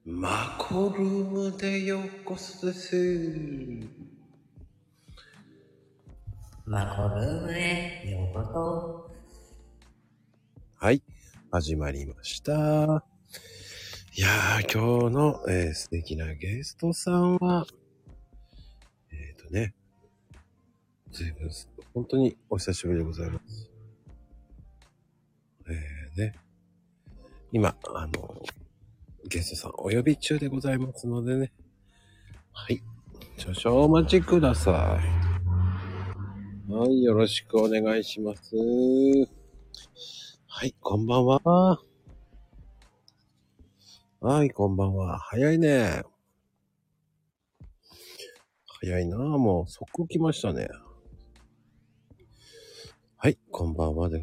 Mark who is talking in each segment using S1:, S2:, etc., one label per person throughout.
S1: マコルームでようこそです。
S2: マコルームへようこそ。
S1: はい、始まりました。いやー、今日の、素敵なゲストさんは、随分、本当にお久しぶりでございます。今、ゲストさんお呼び中でございますのでね。はい。少々お待ちください。はい、よろしくお願いします。はい、こんばんは。はい、こんばんは。早いね。早いなぁ。もう、速攻来ましたね。はい、こんばんはです。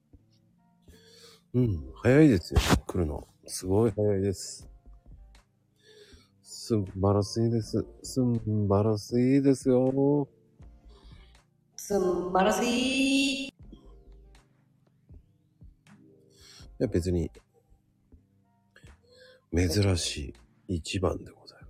S1: 早いですよ。来るの。すごい早いです。素晴らしいです。素晴らしいですよ。
S2: 素晴らしい。
S1: いや、別に、珍しい一番でございます。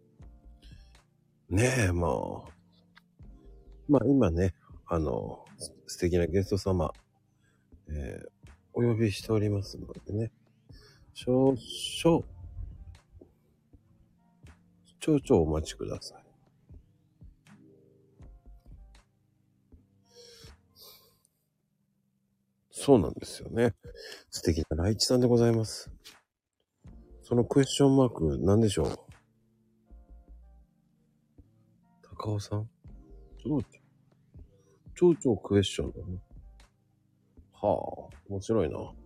S1: ねえ、もう。まあ、今ね、素敵なゲスト様、お呼びしておりますのでね。少々お待ちください。そうなんですよね。素敵なライチさんでございます。そのクエスチョンマーク、何でしょう？高尾さん？超クエスチョンだね。はあ、面白いな。はい、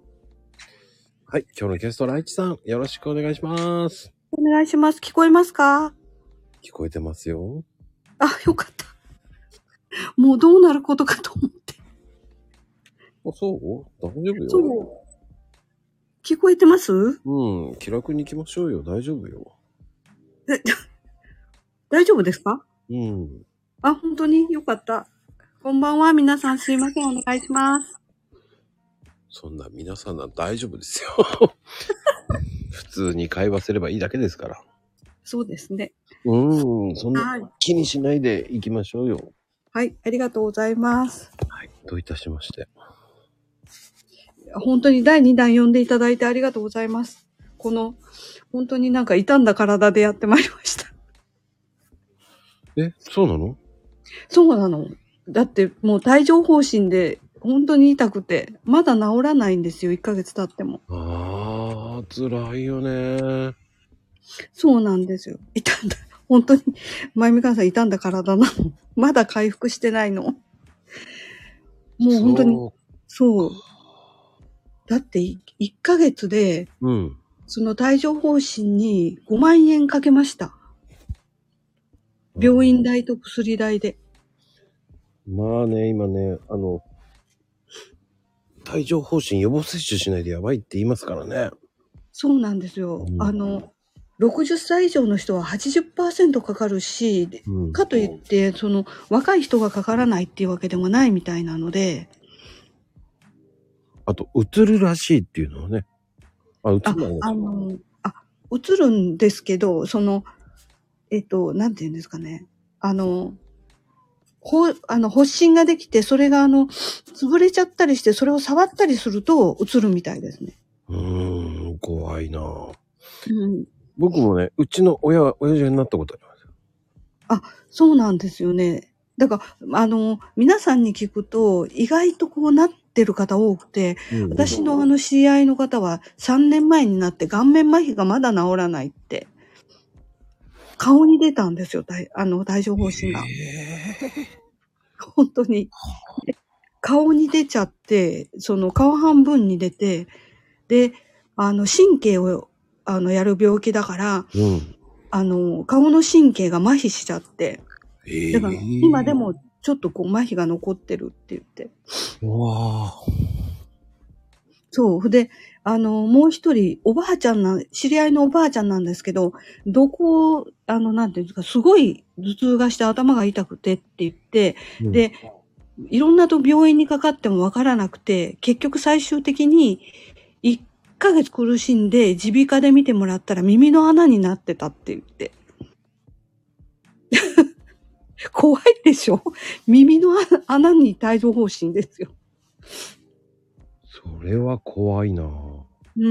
S1: 今日のゲストライチさん、よろしくお願いします。
S3: お願いします。聞こえますか？
S1: 聞こえてますよ。
S3: あ、よかった。もうどうなることかと思って。
S1: あ、そう？大丈夫よ。
S3: そう。聞こえてます？
S1: 気楽に行きましょうよ。大丈夫よ。
S3: 大丈夫ですか？
S1: あ、
S3: 本当によかった。こんばんは。皆さんすいません。お願いします。
S1: そんな皆さんは大丈夫ですよ。普通に会話すればいいだけですから。
S3: そうですね。
S1: そんな気にしないで行きましょうよ。
S3: はい、ありがとうございます。
S1: はい、どういたしまして。
S3: 本当に第2弾呼んでいただいてありがとうございます。本当になんか傷んだ体でやってまいりました。
S1: そうなの？
S3: そうなの。だってもう帯状疱疹で本当に痛くて、まだ治らないんですよ。1ヶ月経っても。
S1: 辛いよね。
S3: そうなんですよ。傷んだ。本当に、まゆみかんさん傷んだ体なの。まだ回復してないの。もう本当に、そう。だって1ヶ月で、その帯状疱疹に5万円かけました。病院代と薬代で。
S1: まあね、今ね、帯状疱疹予防接種しないでやばいって言いますからね。
S3: そうなんですよ。60歳以上の人は 80% かかるし、かといって、若い人がかからないっていうわけでもないみたいなので。
S1: あと、うつるらしいっていうのはね。うつる
S3: のうつるんですけど、なんていうんですかね。発疹ができて、それが潰れちゃったりして、それを触ったりすると、うつるみたいですね。
S1: 怖いなぁ。僕もね、うちの親父になったことあります。
S3: そうなんですよね。だから、皆さんに聞くと、意外とこうなってる方多くて、私の知り合いの方は3年前になって顔面麻痺がまだ治らないって。顔に出たんですよ、帯状疱疹が。本当に。顔に出ちゃって、顔半分に出て、で、神経を、やる病気だから、顔の神経が麻痺しちゃって、だから今でもちょっとこう麻痺が残ってるって言って。そう。で、もう一人、知り合いのおばあちゃんなんですけど、なんていうんですか、すごい頭痛がして頭が痛くてって言って、で、いろんな病院にかかってもわからなくて、結局最終的に1 ヶ月苦しんで耳鼻科で見てもらったら耳の穴になってたって言って。怖いでしょ？耳の穴に帯状疱疹ですよ。
S1: それは怖いな。
S3: うん。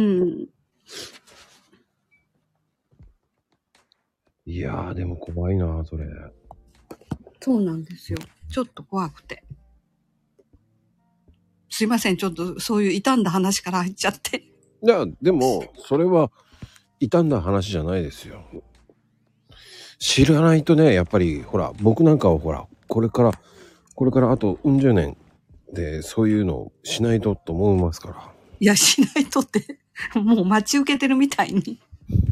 S1: いやー、でも怖いな、それ。
S3: そうなんですよ。ちょっと怖くて。すいません、ちょっとそういう傷んだ話から入っちゃって。
S1: いや、でも、それは、傷んだ話じゃないですよ。知らないとね、やっぱり、ほら、僕なんかはほら、これからあとうん十年で、そういうのをしないとと思いますから。
S3: いや、しないとって、もう待ち受けてるみたいに。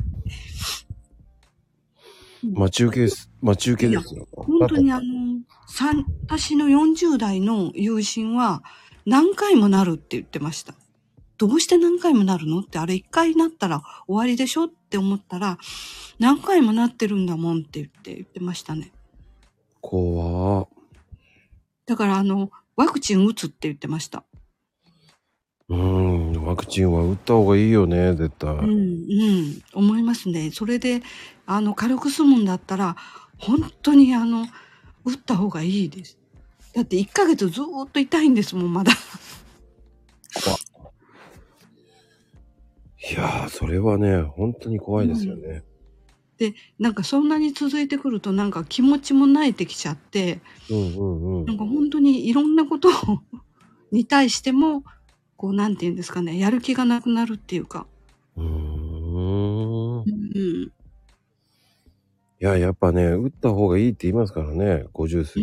S1: 待ち受けですよ。
S3: 本当に私の40代の友人は何回もなるって言ってました。どうして何回もなるのって、あれ1回なったら終わりでしょって思ったら、何回もなってるんだもんって言ってましたね。
S1: 怖ー。
S3: だからワクチン打つって言ってました。
S1: ワクチンは打った方がいいよね、絶対。
S3: 思いますね。それで、軽く済むんだったら、本当に打った方がいいです。だって1ヶ月ずーっと痛いんですもん、まだ。
S1: いやー、それはね、本当に怖いですよね。
S3: で、なんかそんなに続いてくるとなんか気持ちも慣れてきちゃって、なんか本当にいろんなことに対しても、こうなんて言うんですかね、やる気がなくなるっていうか。
S1: いや、やっぱね、打った方がいいって言いますからね、50過ぎて。い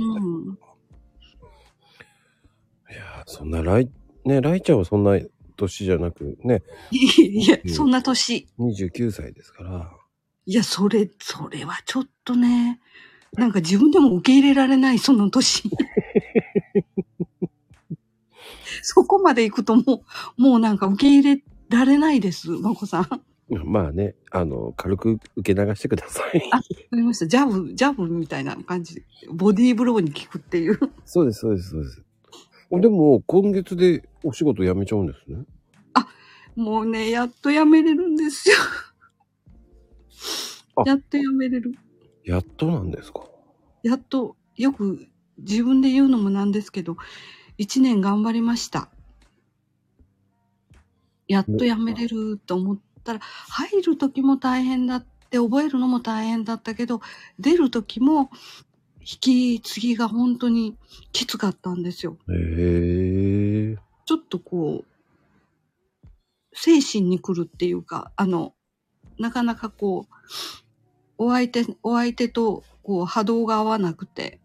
S1: や、そんなライちゃんはそんな年じゃなくね。
S3: いや、そんな年。
S1: 29歳ですから。
S3: いや、それはちょっとね、なんか自分でも受け入れられない、その年。そこまで行くともうなんか受け入れられないです、まこさん。
S1: まあね、軽く受け流してください。
S3: あ、わかりました。ジャブみたいな感じで。ボディーブローに効くっていう。
S1: そうです。でも、今月でお仕事辞めちゃうんですね。
S3: あ、もうね、やっと辞めれるんですよ。やっと辞めれる。
S1: やっとなんですか。
S3: やっと、よく自分で言うのもなんですけど、1年頑張りました。やっと辞めれると思ったら、入る時も大変だって、覚えるのも大変だったけど、出る時も、引き継ぎが本当にきつかったんですよ。ちょっとこう、精神に来るっていうか、なかなかこう、お相手とこう波動が合わなくて。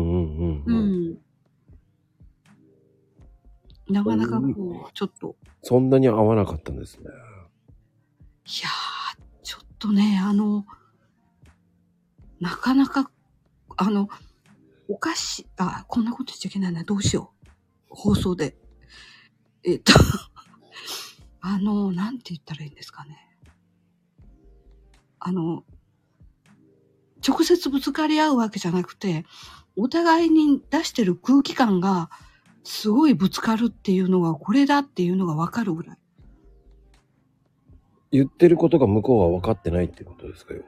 S3: なかなかこう、ちょっと。
S1: そんなに合わなかったんですね。
S3: いやー、ちょっとね、なかなか、おかしい、こんなことしちゃいけないな、どうしよう。放送で。なんて言ったらいいんですかね。直接ぶつかり合うわけじゃなくて、お互いに出してる空気感が、すごいぶつかるっていうのが、これだっていうのがわかるぐらい。
S1: 言ってることが向こうは分かってないってことですか、要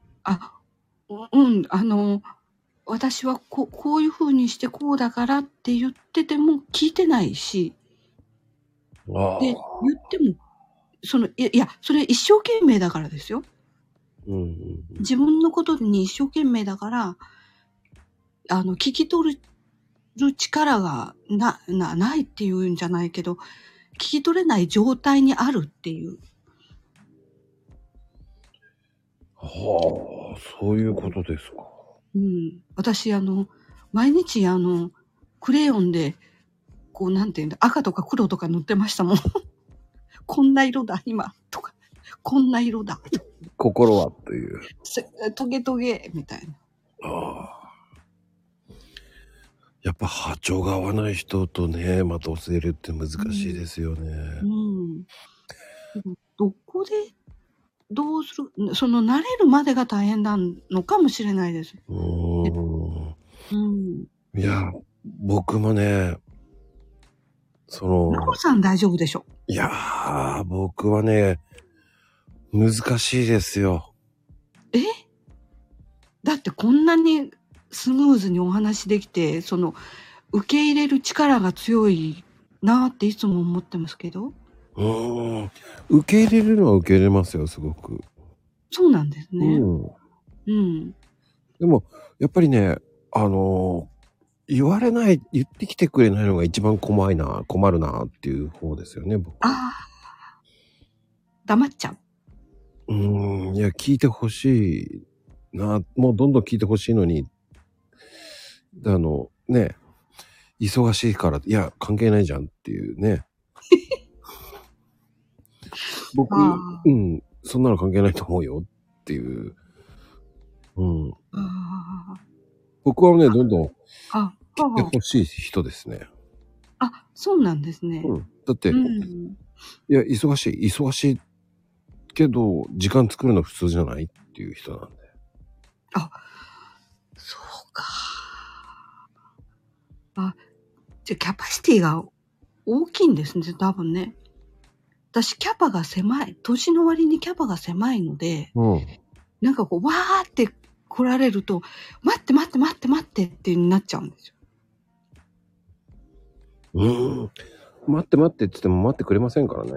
S3: は。私はこういう風にしてこうだからって言ってても聞いてないし。で、言っても、いや、それ一生懸命だからですよ。自分のことに一生懸命だから、聞き取る力がないっていうんじゃないけど、聞き取れない状態にあるっていう。
S1: はあ、そういうことですか。
S3: 私、毎日、クレヨンで、こう、なんていうんだ、赤とか黒とか塗ってましたもん。こんな色だ、今、とか。こんな色だ。
S1: 心はという。
S3: トゲトゲ、みたいな。
S1: やっぱ波長が合わない人とね、また教えるって難しいですよね。
S3: どこで、どうする、慣れるまでが大変なのかもしれないです。
S1: いや、僕もね、
S3: まこさん大丈夫でしょ？
S1: いやー、僕はね、難しいですよ。
S3: だってこんなにスムーズにお話できて、受け入れる力が強いなっていつも思ってますけど。
S1: 受け入れるのは受け入れますよ、すごく。
S3: そうなんですね。で
S1: も、やっぱりね、言ってきてくれないのが一番困るなっていう方ですよね、僕。
S3: 黙っちゃう。
S1: いや、聞いてほしいな、もうどんどん聞いてほしいのに、ね、忙しいから、いや、関係ないじゃんっていうね。僕、そんなの関係ないと思うよっていう。僕はね、どんどん聞いてほしい人ですね。
S3: そうなんですね。
S1: だって、いや、忙しいけど、時間作るの普通じゃないっていう人なんで。
S3: そうか。じゃあキャパシティが大きいんですね、多分ね。私、キャパが狭い。年の割にキャパが狭いので、なんかわーって来られると、待ってってなっちゃうんです
S1: よ。待ってって言っても待ってくれませんからね。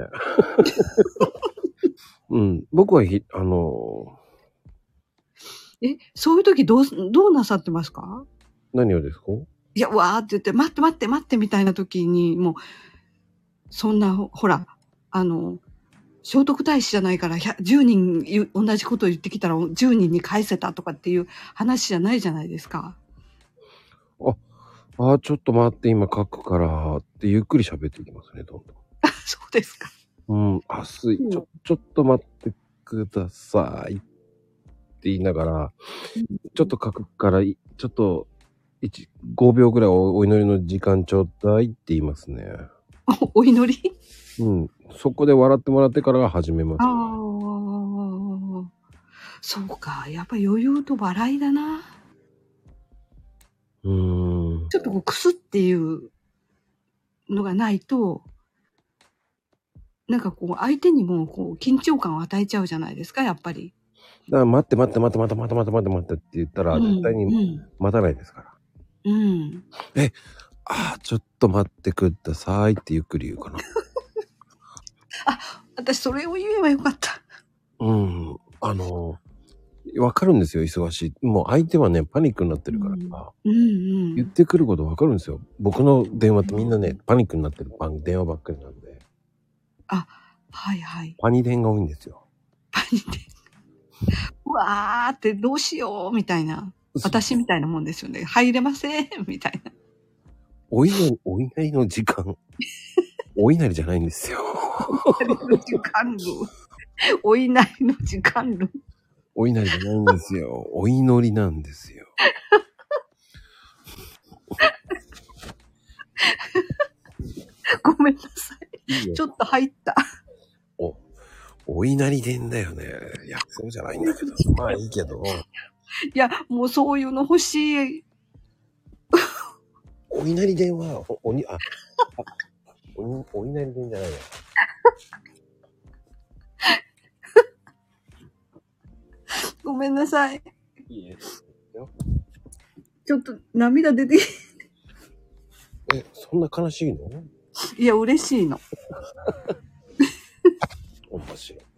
S1: 僕は
S3: そういう時どうなさってますか？
S1: 何をですか？
S3: いや、わーって言って、待ってみたいな時に、もう、そんな、ほら、聖徳太子じゃないから10人同じことを言ってきたら10人に返せたとかっていう話じゃないじゃないですか。
S1: ちょっと待って、今書くからってゆっくり喋っていきますね、どんどん。
S3: そうですか。
S1: ちょっと待ってくださいって言いながら、ちょっと書くから、ちょっと5秒ぐらいお祈りの時間ちょうだいって言いますね。
S3: お祈り？
S1: そこで笑ってもらってから始めます、ね。
S3: そうか。やっぱ余裕と笑いだな。ちょっとクスっていうのがないと、なんか相手にも緊張感を与えちゃうじゃないですか、やっぱり。
S1: だから待ってって言ったら、絶対に待たないですから。ちょっと待ってくださいってゆっくり言うかな。
S3: 私それを言えばよかった。
S1: わかるんですよ、忙しい。もう相手はね、パニックになってるからさ。言ってくることわかるんですよ。僕の電話ってみんなね、パニックになってる電話ばっかりなんで。
S3: はいはい。
S1: パニ電が多いんですよ。
S3: パニ電。うわーってどうしようみたいな。私みたいなもんですよね。入れませんみたいな。
S1: お稲荷の時間。お稲荷じゃないんですよ。
S3: お稲荷の時間論。
S1: お稲荷じゃないんですよ。お祈りなんですよ。
S3: ごめんなさい。ちょっと入った。
S1: お稲荷伝だよね。いや、そうじゃないんだけど。まあいいけど。
S3: いや、もうそういうの欲しい。
S1: お稲荷伝は、お稲荷伝じゃないよ。
S3: ごめんなさい。いいよ。ちょっと涙出てき
S1: て。そんな悲しいの？
S3: いや、嬉しいの。
S1: 面白いよ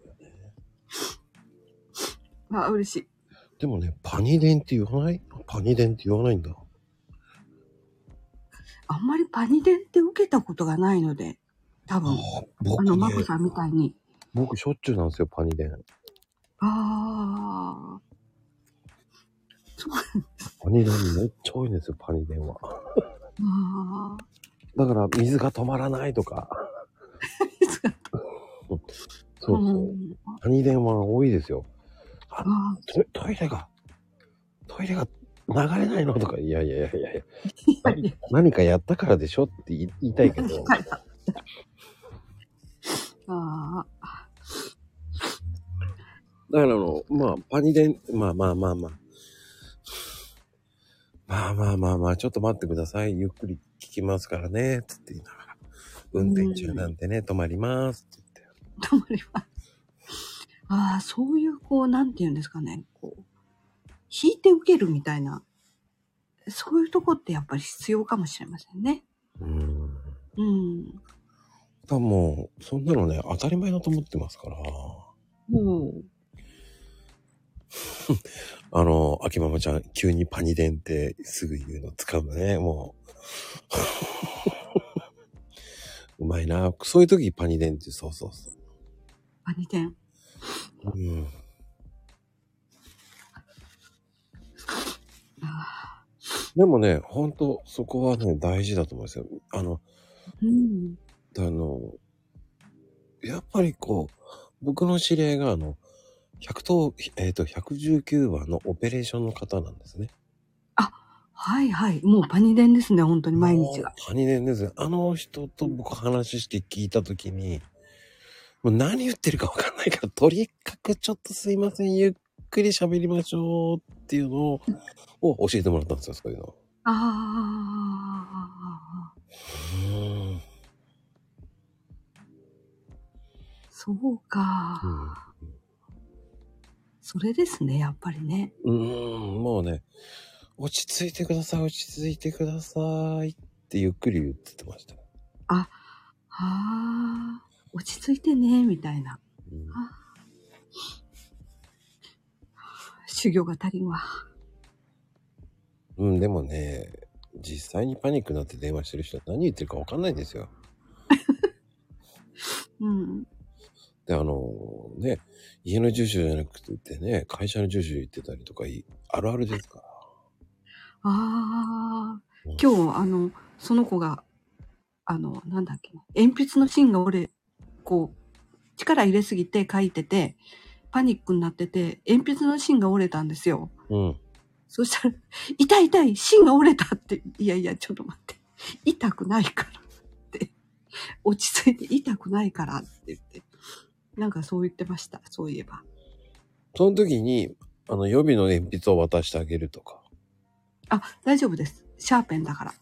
S3: ね。嬉しい。
S1: でもね、パニデンって言わない？パニデンって言わないんだ。
S3: あんまりパニデンって受けたことがないので、多分、マコさんみたいに。
S1: 僕しょっちゅうなんですよ、パニデン。
S3: そうなんです。
S1: パニデンめっちゃ多いんですよ、パニデンは。だから、水が止まらないとか。そう。パニデンは多いですよ。トイレが流れないのとか、いや。何かやったからでしょって言いたいけど。だからパニデン、まあ、ちょっと待ってください。ゆっくり聞きますからね、つって言いながら。 運転中なんてね、止まりますって言って。
S3: 止まります。ああ、そういう、なんて言うんですかね。引いて受けるみたいな、そういうとこってやっぱり必要かもしれませんね。うん。
S1: 多分もう、そんなのね、当たり前だと思ってますから。秋ママちゃん、急にパニデンってすぐ言うの使うのね、もう。うまいな。そういう時パニデンって、そう。
S3: パニデン。
S1: でもね、ほんと、そこはね、大事だと思うんですよ。やっぱり僕の知り合いが119番のオペレーションの方なんですね。
S3: あ、はいはい。もうパニデンですね、本当に毎日が。
S1: パニデンですね。あの人と僕話して聞いたときに、もう何言ってるかわかんないから、とにかくちょっとすいません、ゆっくり喋りましょうっていうのを教えてもらったんですよ、そういうの。
S3: そうか。それですね、やっぱりね。
S1: もうね、落ち着いてください、落ち着いてくださいってゆっくり言ってました。
S3: 落ち着いてね、みたいな。修行が足りんわ。
S1: でもね、実際にパニックになって電話してる人は何言ってるか分かんないんですよ。で、ね、家の住所じゃなくてね、会社の住所言ってたりとか、あるあるですから。
S3: 今日、その子が、なんだっけ、鉛筆の芯が力入れすぎて書いてて、パニックになってて、鉛筆の芯が折れたんですよ。そしたら、痛い、芯が折れたって、いや、ちょっと待って。痛くないからって。落ち着いて痛くないからって言って。なんかそう言ってました、そういえば。
S1: その時に、予備の鉛筆を渡してあげるとか。
S3: 大丈夫です。シャーペンだから。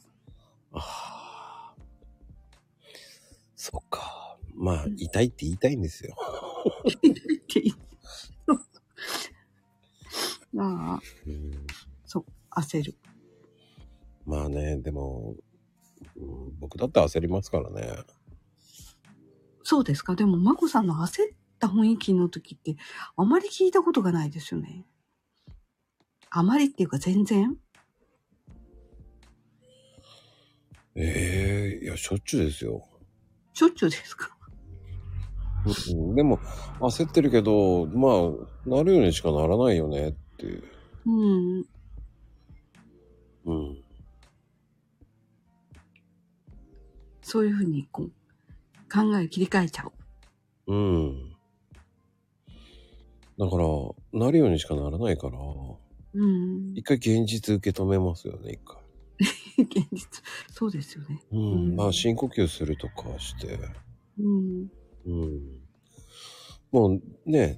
S1: そっか。まあ、痛いって言いたいんですよ。
S3: 痛いって言いたい。そう、焦る。
S1: まあね、でも、僕だって焦りますからね。
S3: そうですか。でも、まこさんの焦った雰囲気の時って、あまり聞いたことがないですよね。あまりっていうか全然。
S1: いや、しょっちゅうですよ。
S3: しょっちゅうですか。
S1: でも、焦ってるけど、まあ、なるようにしかならないよねっていう。
S3: そういうふうに考え切り替えちゃう。
S1: だから、なるようにしかならないから、一回現実受け止めますよね、一回。
S3: 現実、そうですよね。
S1: まあ、深呼吸するとかして。もうね、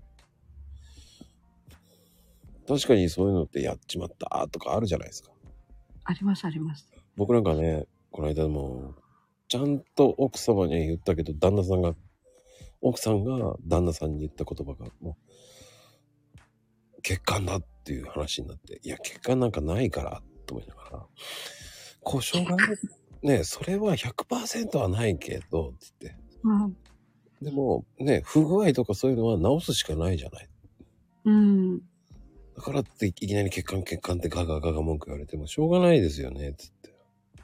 S1: 確かにそういうのってやっちまったとかあるじゃないですか。
S3: あります。
S1: 僕なんかね、この間も、ちゃんと奥様には言ったけど、奥さんが旦那さんに言った言葉が、もう、欠陥だっていう話になって、いや、欠陥なんかないから、と思いながら、故障がね、それは 100% はないけど、つって。でも、ね、不具合とかそういうのは直すしかないじゃない。だからっていきなり欠陥ってガガ文句言われてもしょうがないですよね、つって。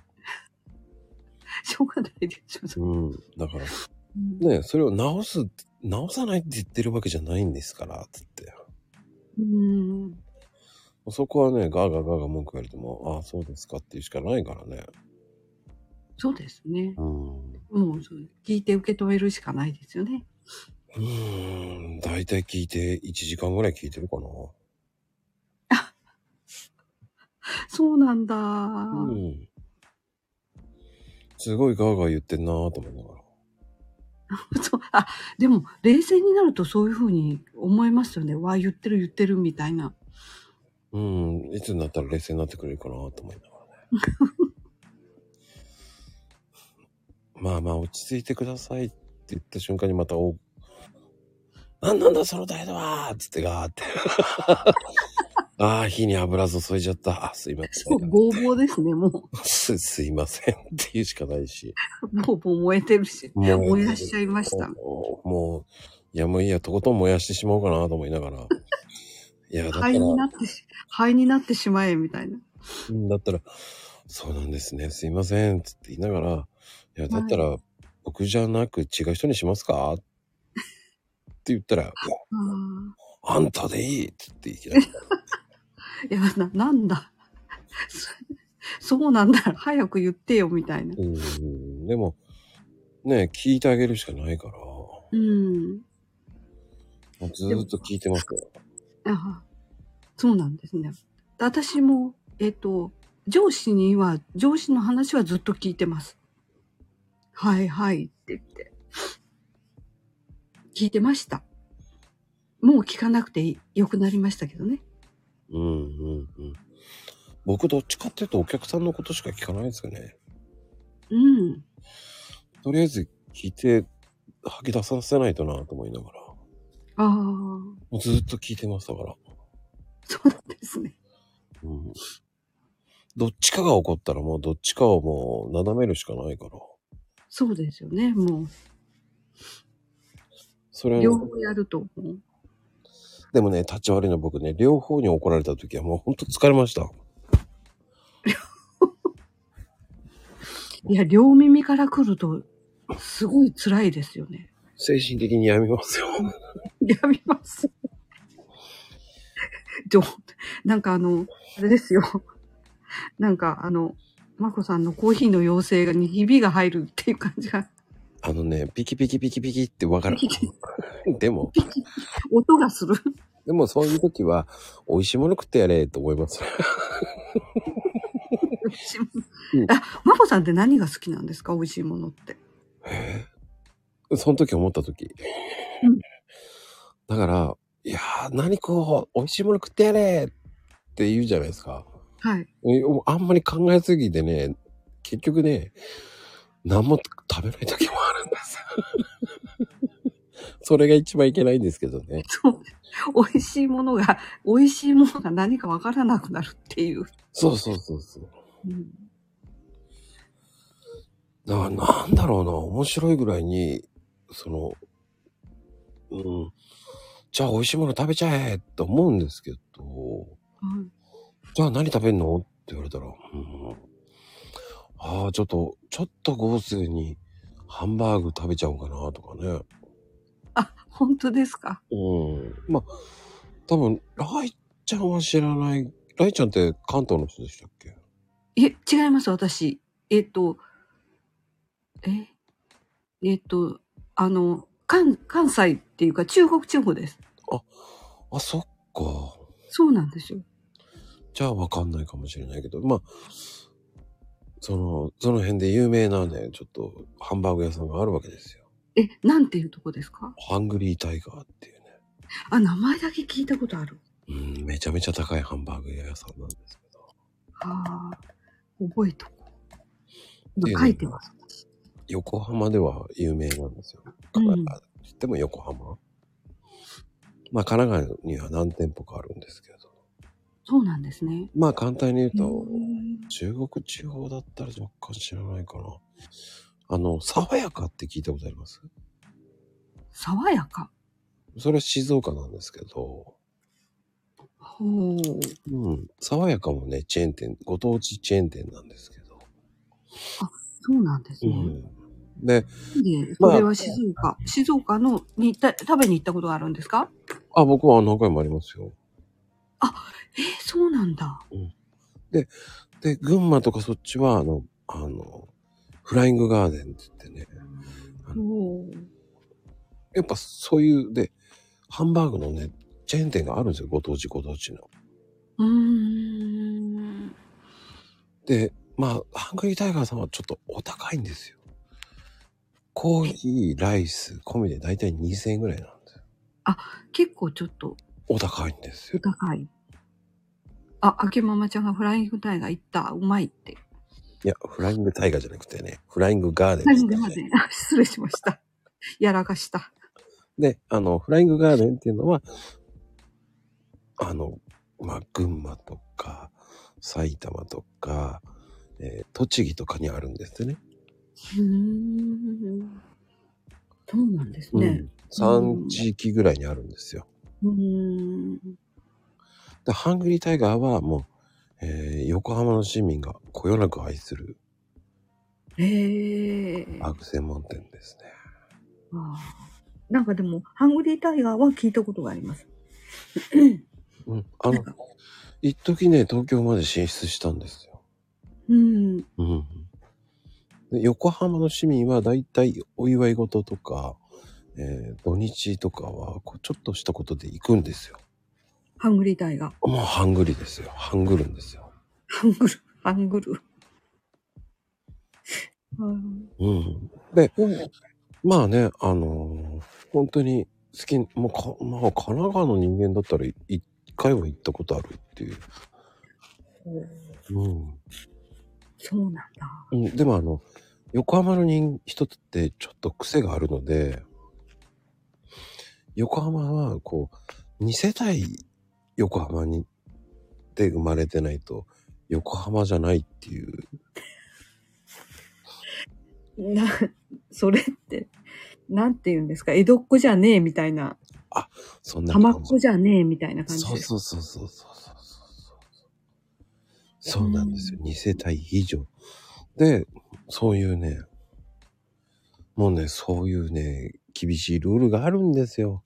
S3: しょうがないですよ。
S1: だから、ね、それを直さないって言ってるわけじゃないんですから、つって。そこはね、ガガ文句言われても、そうですかって言うしかないからね。
S3: そうですね。もう、聞いて受け止めるしかないですよね。
S1: だいたい聞いて1時間ぐらい聞いてるかな。
S3: そうなんだ。
S1: すごいガーガー言ってんなぁと思いながら。
S3: でも、冷静になるとそういうふうに思いますよね。言ってるみたいな。
S1: いつになったら冷静になってくれるかなと思いながらね。 まあまあ落ち着いてくださいって言った瞬間にまたなんだその態度はつってガーって。ああ、火に油注いじゃった。あ、すいません。
S3: ボーボーですね、もう。
S1: すいませんって言うしかないし。
S3: ボーボー燃えてるし。燃やしちゃいました。
S1: もう、いやもういいや、とことん燃やしてしまおうかなと思いながら。いや、だったら。
S3: 灰になってしまえ、みたいな。
S1: だったら、そうなんですね、すいません、つって言いながら、いや、だったら、僕じゃなく違う人にしますかって言ったら、あんたでいいって言っていきなり。
S3: いや、なんだ。そうなんだ。早く言ってよ、みたいな。
S1: でも、ね、聞いてあげるしかないから。もうずーっと聞いてますよ。
S3: そうなんですね。私も、上司の話はずっと聞いてます。はいはいって言って。聞いてました。もう聞かなくてよくなりましたけどね。
S1: 僕どっちかっていうとお客さんのことしか聞かないですよね。とりあえず聞いて吐き出させないとなと思いながら。もうずっと聞いてましたから。
S3: そうなんですね。
S1: どっちかが怒ったらもうどっちかをもうなだめるしかないから。
S3: そうですよね、もう。
S1: それは
S3: 両方やると思う。
S1: でもね、立ち悪いの僕ね、両方に怒られた時はもうほんと疲れました。
S3: いや、両耳から来ると、すごい辛いですよね。
S1: 精神的に病みますよ。
S3: 病みます。なんかあれですよ。なんかまこさんのコーヒーの妖精にひびが入るっていう感じが。
S1: ピキピキピキピキってわかる。でも、
S3: 音がする。
S1: でもそういう時は、美味しいもの食ってやれと思います。
S3: まこさんって何が好きなんですか？美味しいものって。
S1: その時思った時。だから、いやー、何こう、美味しいもの食ってやれって言うじゃないですか。
S3: はい。
S1: あんまり考えすぎてね、結局ね、何も食べない時もあるんです。それが一番いけないんですけどね。
S3: そう。美味しいものが何かわからなくなるっていう。
S1: そう。なんだろうな、面白いぐらいに、じゃあ美味しいもの食べちゃえって思うんですけど、じゃあ何食べんのって言われたら、ちょっと豪勢にハンバーグ食べちゃおうかなとかね。
S3: 本当ですか？
S1: まあ、多分、ライちゃんは知らない。ライちゃんって関東の人でしたっけ？
S3: 違います、私。関西っていうか中国地方です。
S1: そっか。
S3: そうなんですよ。
S1: じゃあわかんないかもしれないけど、まあ、その辺で有名なね、ちょっとハンバーグ屋さんがあるわけですよ。
S3: なんていうとこですか？
S1: ハングリータイガーっていうね。
S3: 名前だけ聞いたことある。
S1: めちゃめちゃ高いハンバーグ屋さんなんですけど。
S3: 覚えとこう。今書いてます。
S1: 横浜では有名なんですよ。でも横浜。まあ神奈川には何店舗かあるんですけど。
S3: そうなんですね。
S1: まあ簡単に言うと、中国地方だったら若干知らないかな。爽やかって聞いたことあります？
S3: 爽やか？
S1: それは静岡なんですけど。爽やかもね、チェーン店、ご当地チェーン店なんですけど。
S3: そうなんですね。
S1: で、
S3: それは静岡に食べに行ったことがあるんですか？
S1: 僕は何回もありますよ。
S3: そうなんだ。
S1: で、群馬とかそっちは、フライングガーデンって言ってね。やっぱそういう、ハンバーグのね、チェーン店があるんですよ。ご当地の。で、まあ、ハングリータイガーさんはちょっとお高いんですよ。コーヒー、ライス、込みでだいたい2000円ぐらいなんですよ。
S3: 結構ちょっと。
S1: お高いんですよ。
S3: お高い。あけママちゃんがフライングタイガー行った。うまいって。
S1: いや、フライングタイガーじゃなくてね、フライングガーデン
S3: 何
S1: ですね。
S3: でまで、失礼しました。やらかした。
S1: で、フライングガーデンっていうのは、群馬とか、埼玉とか、栃木とかにあるんですね。
S3: そうなんですね。
S1: 3地域ぐらいにあるんですよ。で、ハングリータイガーはもう、横浜の市民がこよなく愛するバグ専門店ですね。
S3: なんかでも、ハングリータイガーは聞いたことがあります。
S1: 一時ね、東京まで進出したんですよ。で横浜の市民はだいたいお祝い事とか、土日とかはちょっとしたことで行くんですよ。
S3: ハングリータイガー。
S1: もうハングリですよ。ハングルんですよ。
S3: ハングル。
S1: で、まあね、本当に好き、まあ神奈川の人間だったら一回は行ったことあるっていう。
S3: そうなんだ。
S1: でも横浜の人ってちょっと癖があるので、横浜は2世帯横浜にで生まれてないと横浜じゃないっていう。
S3: それって、なんて言うんですか、江戸っ子じゃねえみたいな。
S1: そんな感じ。
S3: 浜っ子じゃねえみたいな感じ。
S1: そう。そうなんですよ。2世帯以上。で、そういうね、もうね、そういうね、厳しいルールがあるんですよ。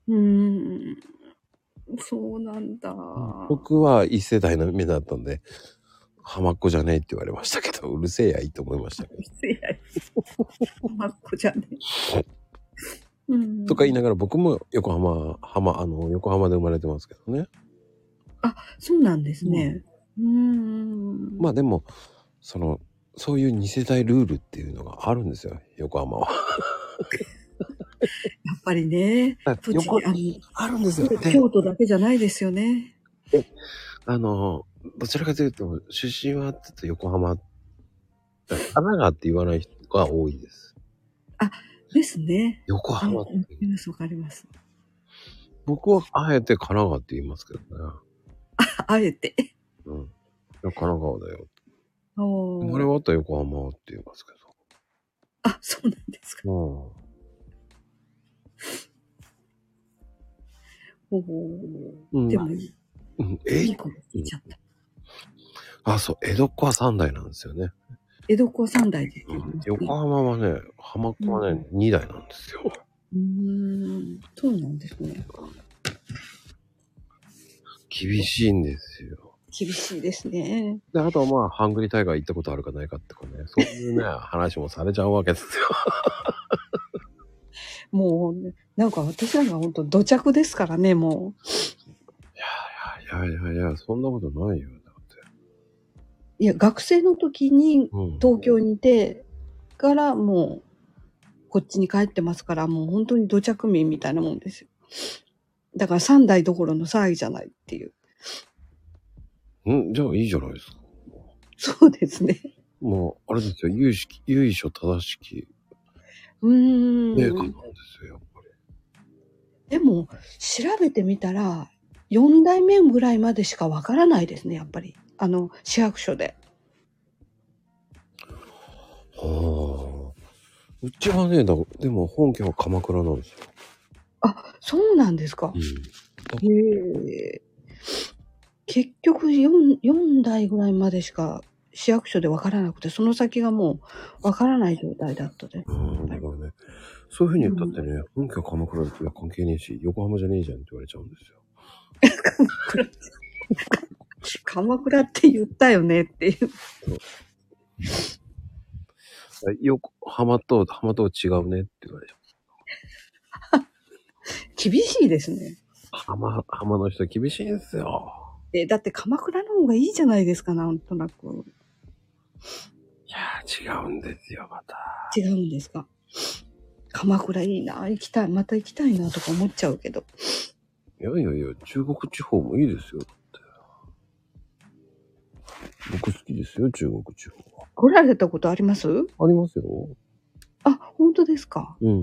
S3: そうなんだ。
S1: 僕は1世代の目だったんで、浜っ子じゃねえって言われましたけど、うるせえやいいと思いましたけど。
S3: うるせえやい。浜っ子じゃねえ。
S1: とか言いながら僕も横浜で生まれてますけどね。
S3: そうなんですね。
S1: まあでも、そういう2世帯ルールっていうのがあるんですよ、横浜は。
S3: やっぱりね、
S1: あるんですよ。
S3: 京都だけじゃないですよね。
S1: どちらかというと、出身はって言うと横浜、神奈川って言わない人が多いです。
S3: ですね。
S1: 横浜って。
S3: わかります。
S1: 僕はあえて神奈川って言いますけどね。
S3: あえて。
S1: 神奈川だよ。
S3: 生
S1: まれはあったら横浜って言いますけど。
S3: そうなんですか。でも、いいこと聞いちゃった。
S1: そう、江戸っ子は3代なんですよね。
S3: 江戸っ子は3代で。
S1: 横浜はね、浜っ子はね、2代なんですよ。
S3: そうなんですね。
S1: 厳しいんですよ。
S3: 厳しいですね。
S1: で、あとはハングリータイガー行ったことあるかないかってかね、そういうね、話もされちゃうわけですよ。
S3: もう、なんか私なんか本当土着ですからね、もう。
S1: いや、そんなことないよ。だって。
S3: いや、学生の時に東京にいてからもう、こっちに帰ってますから、もう本当に土着民みたいなもんですよ。だから3代どころの騒ぎじゃないっていう。
S1: じゃあいいじゃないですか。
S3: そうですね。
S1: もう、あれですよ、由緒正しき。なんですよ、やっぱり。
S3: でも、調べてみたら、4代目ぐらいまでしかわからないですね、やっぱり。市役所で。
S1: うちはね、でも本家は鎌倉なんですよ。
S3: そうなんですか。結局4代ぐらいまでしか市役所でわからなくて、その先がもうわからない状態だったで。
S1: だからね、そういうふうに言ったってね、本家は鎌倉って関係ねえし、横浜じゃねえじゃんって言われちゃうんですよ。
S3: 鎌倉って言ったよねっていう。
S1: 浜と違うねって言われちゃ
S3: う。厳しいですね。
S1: 浜の人厳しいんですよ。
S3: だって鎌倉の方がいいじゃないですか、なんとなく。
S1: いや違うんですよ、また。
S3: 違うんですか。鎌倉いいな、また行きたいなとか思っちゃうけど。
S1: いや、中国地方もいいですよ、だって。僕好きですよ、中国地方
S3: 来られたことあります？
S1: ありますよ。
S3: あ、本当ですか。
S1: うん。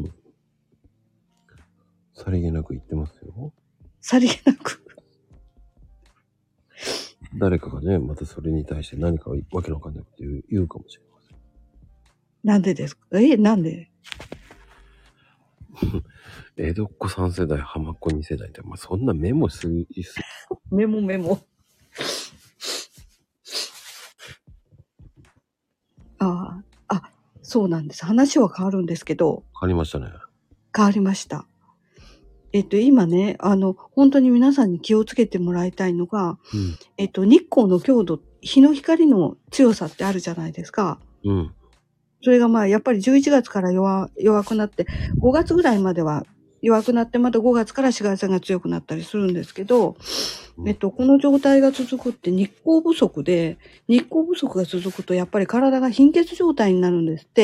S1: さりげなく言ってますよ。
S3: さりげなく。
S1: 誰かがね、またそれに対して何かわけのわかんないこと言うかもしれません。
S3: なんでですか？なんで？
S1: 江戸っ子3世代、浜っ子2世代って、まあ、そんなメモする。
S3: メモ。そうなんです。話は変わるんですけど。
S1: 変わりましたね。
S3: 変わりました。今ね、本当に皆さんに気をつけてもらいたいのが、日光の強度、日の光の強さってあるじゃないですか。
S1: うん。
S3: それがまあ、やっぱり11月から弱くなって、5月ぐらいまでは弱くなって、また5月から4月が強くなったりするんですけど、この状態が続くって日光不足で、日光不足が続くとやっぱり体が貧血状態になるんですって。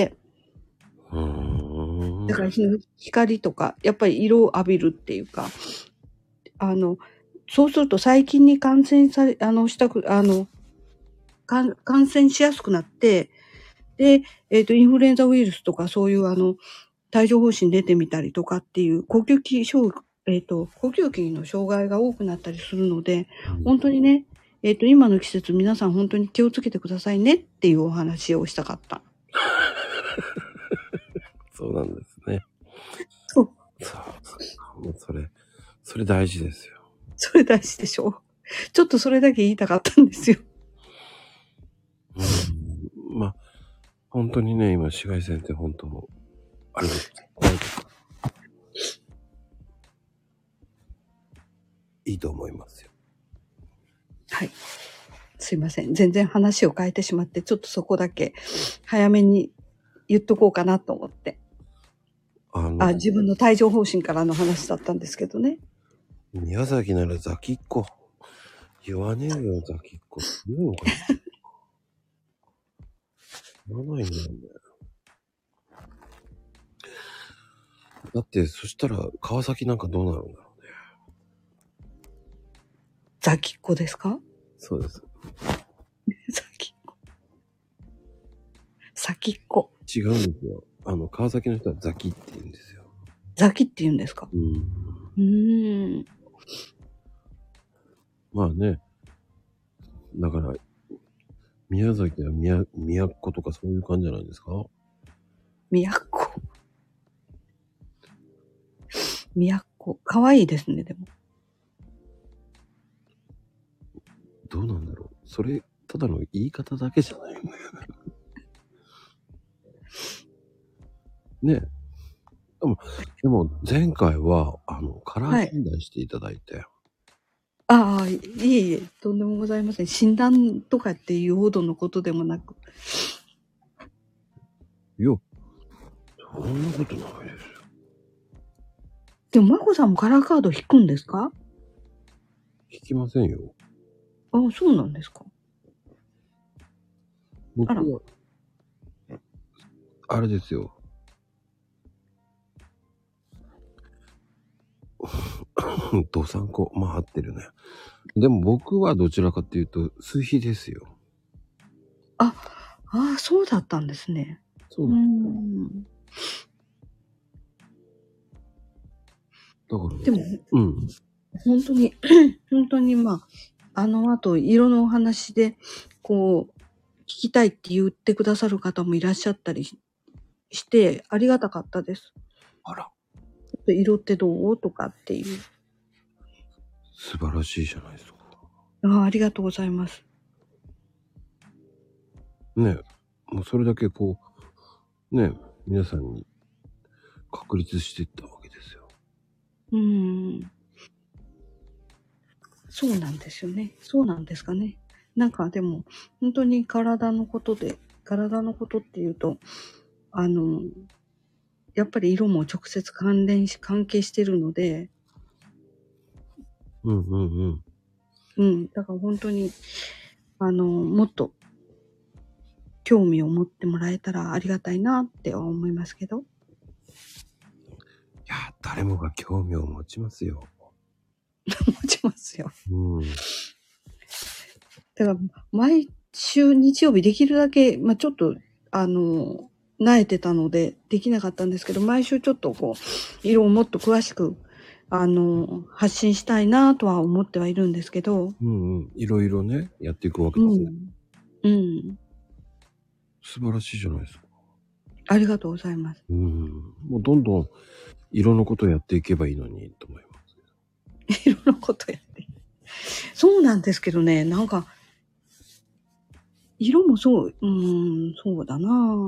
S3: だから日の光とか、やっぱり色を浴びるっていうか、そうすると細菌に感染しやすくなって、で、インフルエンザウイルスとかそういう帯状疱疹出てみたりとかっていう呼吸器の障害が多くなったりするので、本当にね、今の季節皆さん本当に気をつけてくださいねっていうお話をしたかった。
S1: そうなんですね。
S3: そう。
S1: もうそれ大事ですよ。
S3: それ大事でしょ？ちょっとそれだけ言いたかったんですよ。
S1: まあ、本当にね、今紫外線って本当、あれです。いいと思いますよ。
S3: はい。すいません。全然話を変えてしまって、ちょっとそこだけ早めに言っとこうかなと思って。自分の帯状疱疹からの話だったんですけどね。
S1: 宮崎ならザキッコ。言わねえよ、ザキッコ。言うのかな？言わないんだよね。だって、そしたら、川崎なんかどうなるんだろうね。
S3: ザキッコですか？
S1: そうです。
S3: ザキッコ。
S1: 違うんですよ。川崎の人はザキって言うんですよ。
S3: ザキって言うんですか？
S1: まあね。だから、宮崎は宮古とかそういう感じじゃないですか？
S3: 宮古。かわいいですね、でも。
S1: どうなんだろう。それ、ただの言い方だけじゃないんだよね。ね。でも前回は、カラー診断していただいて。
S3: いえ、とんでもございません。診断とかっていうほどのことでもなく。
S1: いや、そんなことないですよ。
S3: でも、まこさんもカラーカード引くんですか？
S1: 引きませんよ。
S3: そうなんですか。
S1: 僕は、あれですよ。どさんこ。まあ合ってるね。でも僕はどちらかっていうと、数比ですよ。
S3: そうだったんですね。
S1: そうだ。だから、
S3: でも、本当にまあ、あと、色のお話で、こう、聞きたいって言ってくださる方もいらっしゃったりして、ありがたかったです。
S1: あら。
S3: ちょっと色ってどうとかっていう。
S1: 素晴らしいじゃないですか。
S3: ありがとうございます。
S1: ねえ、もうそれだけこう、ねえ、皆さんに確立していったわけですよ。
S3: そうなんですよね。そうなんですかね。なんかでも、本当に体のことっていうと、やっぱり色も直接関係してるので、だから本当に、もっと興味を持ってもらえたらありがたいなっては思いますけど。い
S1: や、誰もが興味を持ちますよ。
S3: 持ちますよ。だから、毎日曜日できるだけ、まあ、ちょっと、慣れてたのでできなかったんですけど、毎週ちょっとこう、色をもっと詳しく、発信したいなとは思ってはいるんですけど。
S1: うんうん。いろいろね、やっていくわけですね。
S3: うん。
S1: 素晴らしいじゃないですか。
S3: ありがとうございます。
S1: もうどんどん色のことやっていけばいいのにと思います。
S3: 色のことやって。そうなんですけどね、なんか、色もそう、そうだな。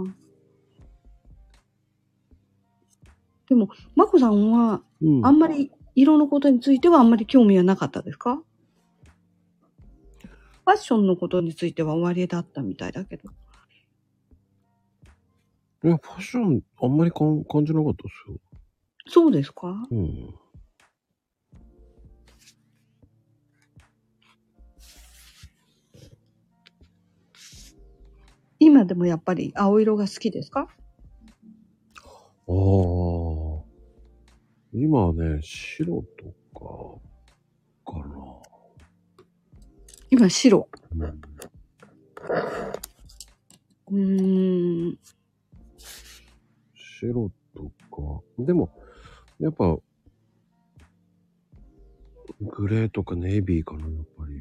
S3: でも、まこさんは、あんまり色のことについてはあんまり興味はなかったですか？ファッションのことについては終わりだったみたいだけど。
S1: ファッションあんまり感じなかったですよ。
S3: そうですか？今でもやっぱり青色が好きですか？
S1: 今はね、白とか、かな。
S3: 今白。
S1: 白とか、でも、やっぱ、グレーとかネイビーかな、やっぱり。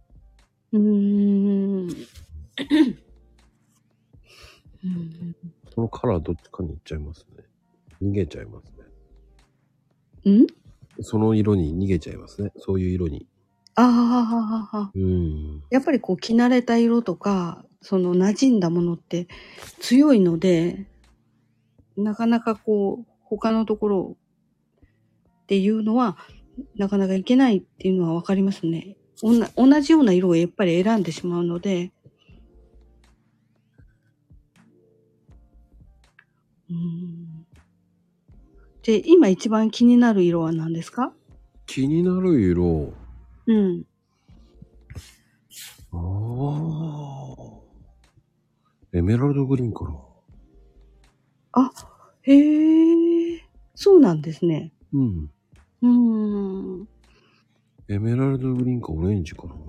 S1: そのカラーどっちかに行っちゃいますね。逃げちゃいますね。その色に逃げちゃいますね。そういう色に。
S3: やっぱりこう着慣れた色とか、その馴染んだものって強いので、なかなかこう、他のところっていうのは、なかなかいけないっていうのはわかりますね。同じような色をやっぱり選んでしまうので。で、今一番気になる色は何ですか？
S1: 気になる色。エメラルドグリーンかな。
S3: へえ、そうなんですね。
S1: エメラルドグリーンかオレンジかな。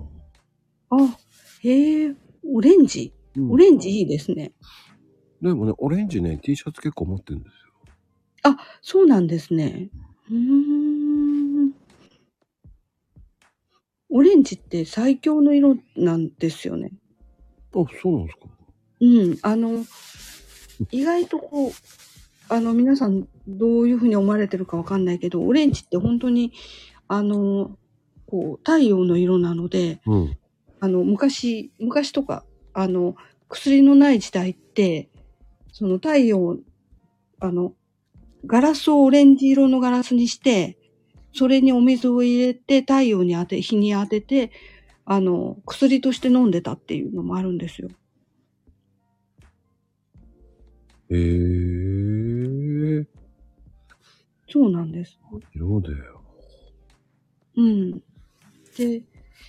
S3: へえ、オレンジ。オレンジいいですね。
S1: でもね、オレンジね、T シャツ結構持ってるんです
S3: よ。そうなんですね。オレンジって最強の色なんですよね。
S1: そうなんですか？
S3: 意外とこう、皆さんどういうふうに思われてるかわかんないけど、オレンジって本当に、こう、太陽の色なので、昔とか、薬のない時代って、その太陽、ガラスをオレンジ色のガラスにして、それにお水を入れて太陽に日に当てて、薬として飲んでたっていうのもあるんですよ。そうなんです。
S1: 色だよ。
S3: で、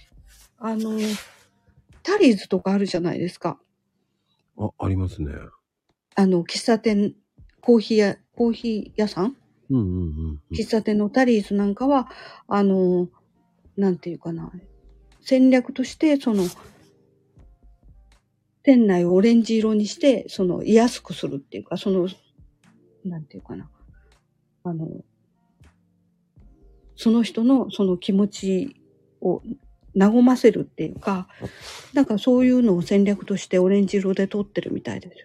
S3: タリーズとかあるじゃないですか。
S1: ありますね。
S3: 喫茶店、コーヒー屋さん？喫茶店のタリーズなんかは、なんていうかな。戦略として、店内をオレンジ色にして、居やすくするっていうか、なんていうかな。その人のその気持ちを和ませるっていうか、なんかそういうのを戦略としてオレンジ色で撮ってるみたいですよ。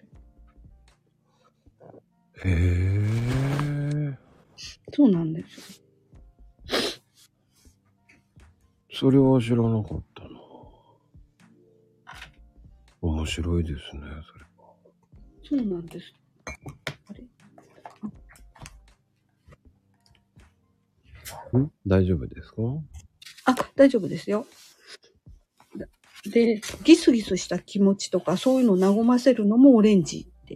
S3: そうなんですよ。
S1: それは知らなかったな。面白いですね、それは。
S3: そうなんです。
S1: 大丈夫ですか？
S3: 大丈夫ですよ。で、ギスギスした気持ちとか、そういうのを和ませるのもオレンジって。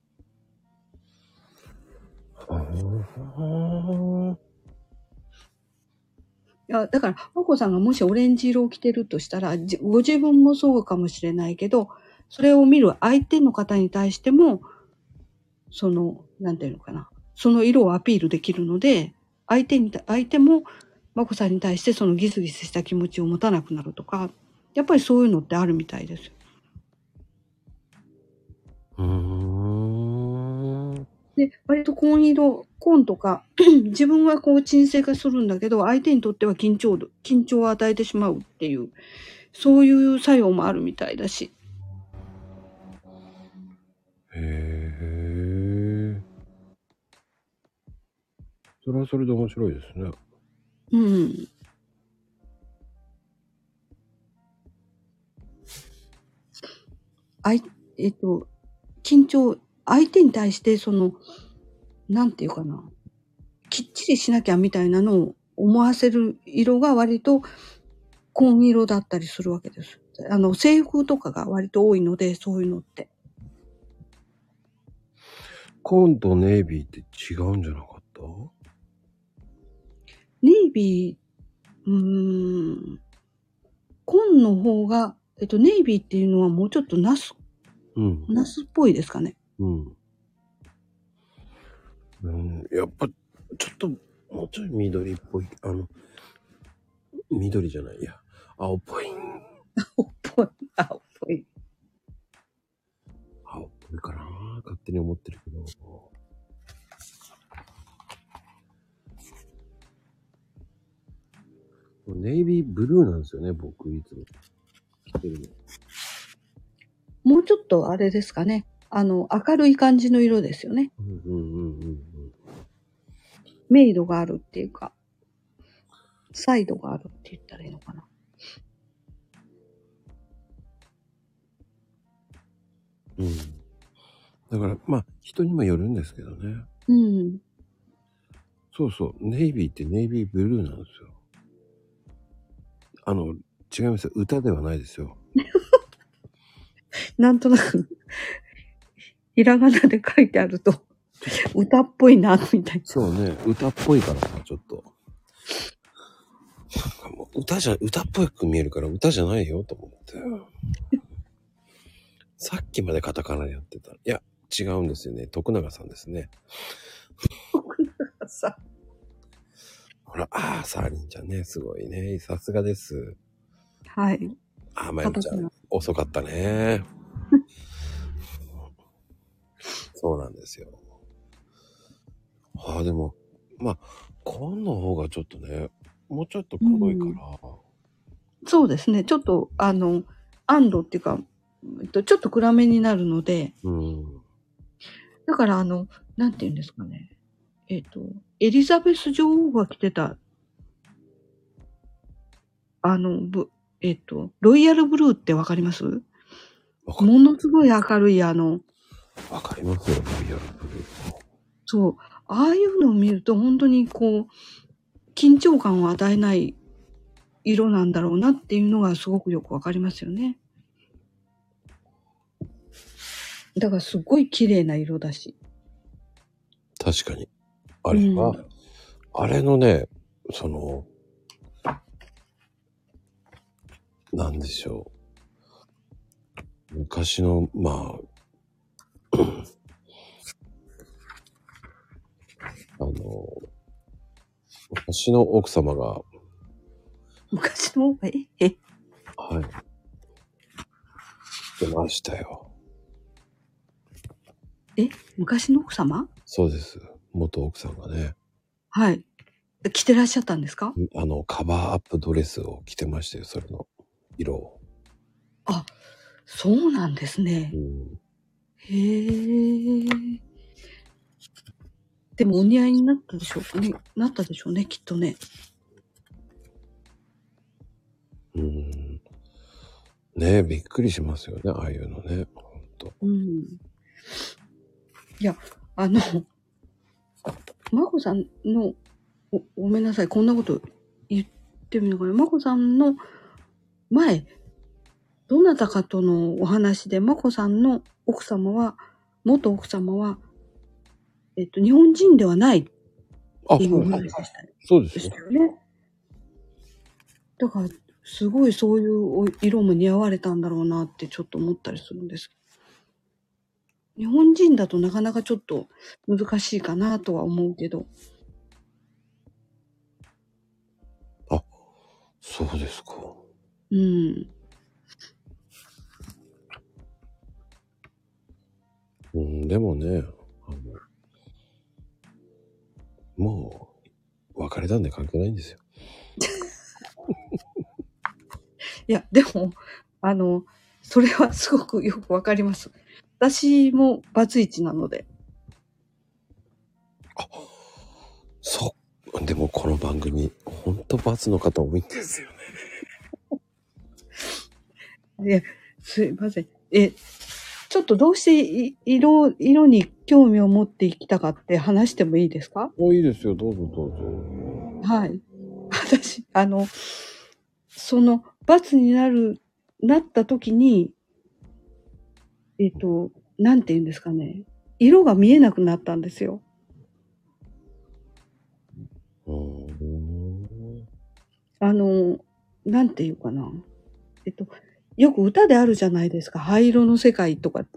S3: だから、まこさんがもしオレンジ色を着てるとしたら、ご自分もそうかもしれないけど、それを見る相手の方に対しても、なんていうのかな。その色をアピールできるので、相手も、まこさんに対してそのギスギスした気持ちを持たなくなるとか、やっぱりそういうのってあるみたいです。 で、割と紺色、紺とか、自分はこう沈静化するんだけど、相手にとっては緊張を与えてしまうっていう、そういう作用もあるみたいだし。
S1: へえ。それはそれで面白いですね。
S3: うん。緊張、相手に対してなんていうかな、きっちりしなきゃみたいなのを思わせる色が割と紺色だったりするわけです。制服とかが割と多いので、そういうのって。
S1: 紺とネイビーって違うんじゃなかった？
S3: ネイビー、紺の方が、ネイビーっていうのはもうちょっとナスっぽいですかね。
S1: やっぱ、ちょっと、もうちょい緑っぽい、緑じゃないや、青っぽい。
S3: 青っぽい。青っぽい。
S1: 青っぽいかな、勝手に思ってるけど。ネイビーブルーなんですよね、僕いつも着てるの。
S3: もうちょっとあれですかね。明るい感じの色ですよね。明度があるっていうか、サイドがあるって言ったらいいのかな。
S1: だから、まあ、人にもよるんですけどね。そうそう、ネイビーってネイビーブルーなんですよ。違いますよ。歌ではないですよ。
S3: なんとなく、ひらがなで書いてあると、歌っぽいな、みたいな。
S1: そうね、歌っぽいからさ、ちょっと。もう歌っぽく見えるから歌じゃないよと思って。さっきまでカタカナやってた。いや、違うんですよね。徳永さんですね。
S3: 徳永さん。
S1: ほら、サーリンちゃんね、すごいね。さすがです。
S3: はい。
S1: まゆみちゃん、遅かったね。そうなんですよ。でも、まあ、紺の方がちょっとね、もうちょっと黒いから。
S3: そうですね。ちょっと、安度っていうか、ちょっと暗めになるので、だからなんて言うんですかね。エリザベス女王が着てた、ロイヤルブルーってわかります？ものすごい明るい
S1: わかりますよ、ロイヤルブルー。
S3: そう。ああいうのを見ると本当に緊張感を与えない色なんだろうなっていうのがすごくよくわかりますよね。だからすごい綺麗な色だし。
S1: 確かに。あれは、あれのね、なんでしょう。昔の、まあ、昔の奥様が、
S3: 昔のはい。
S1: 出ましたよ。
S3: 昔の奥様？
S1: そうです。元奥さんがね。
S3: はい。着てらっしゃったんですか？
S1: カバーアップドレスを着てましたよ、それの色を。
S3: あ、そうなんですね。へえ。でもお似合いになったでしょうね。きっとね。
S1: ねえ、びっくりしますよね、ああいうのね。ほんと。
S3: いや、まこさんの、ごめんなさい、こんなこと言ってみるのかな。まこさんの前、どなたかとのお話で、まこさんの元奥様は、日本人ではないっていう話でしたね。
S1: そうですよ
S3: ね。だから、すごいそういう色も似合われたんだろうなってちょっと思ったりするんです。日本人だとなかなかちょっと難しいかなとは思うけど。
S1: そうですか。 うん、でもね、もう、別れたんで関係ないんですよ。
S3: いや、でも、それはすごくよくわかります。私もバツイチなので。
S1: あ、そう。でもこの番組、ほんと罰の方多いんですよね。
S3: いや、すいません。ちょっとどうして色に興味を持ってきたかって話してもいいですか？
S1: いいですよ。どうぞどうぞ。
S3: はい。私、その、罰になった時に、なんて言うんですかね。色が見えなくなったんですよ。なんて言うかな。よく歌であるじゃないですか。灰色の世界とかって。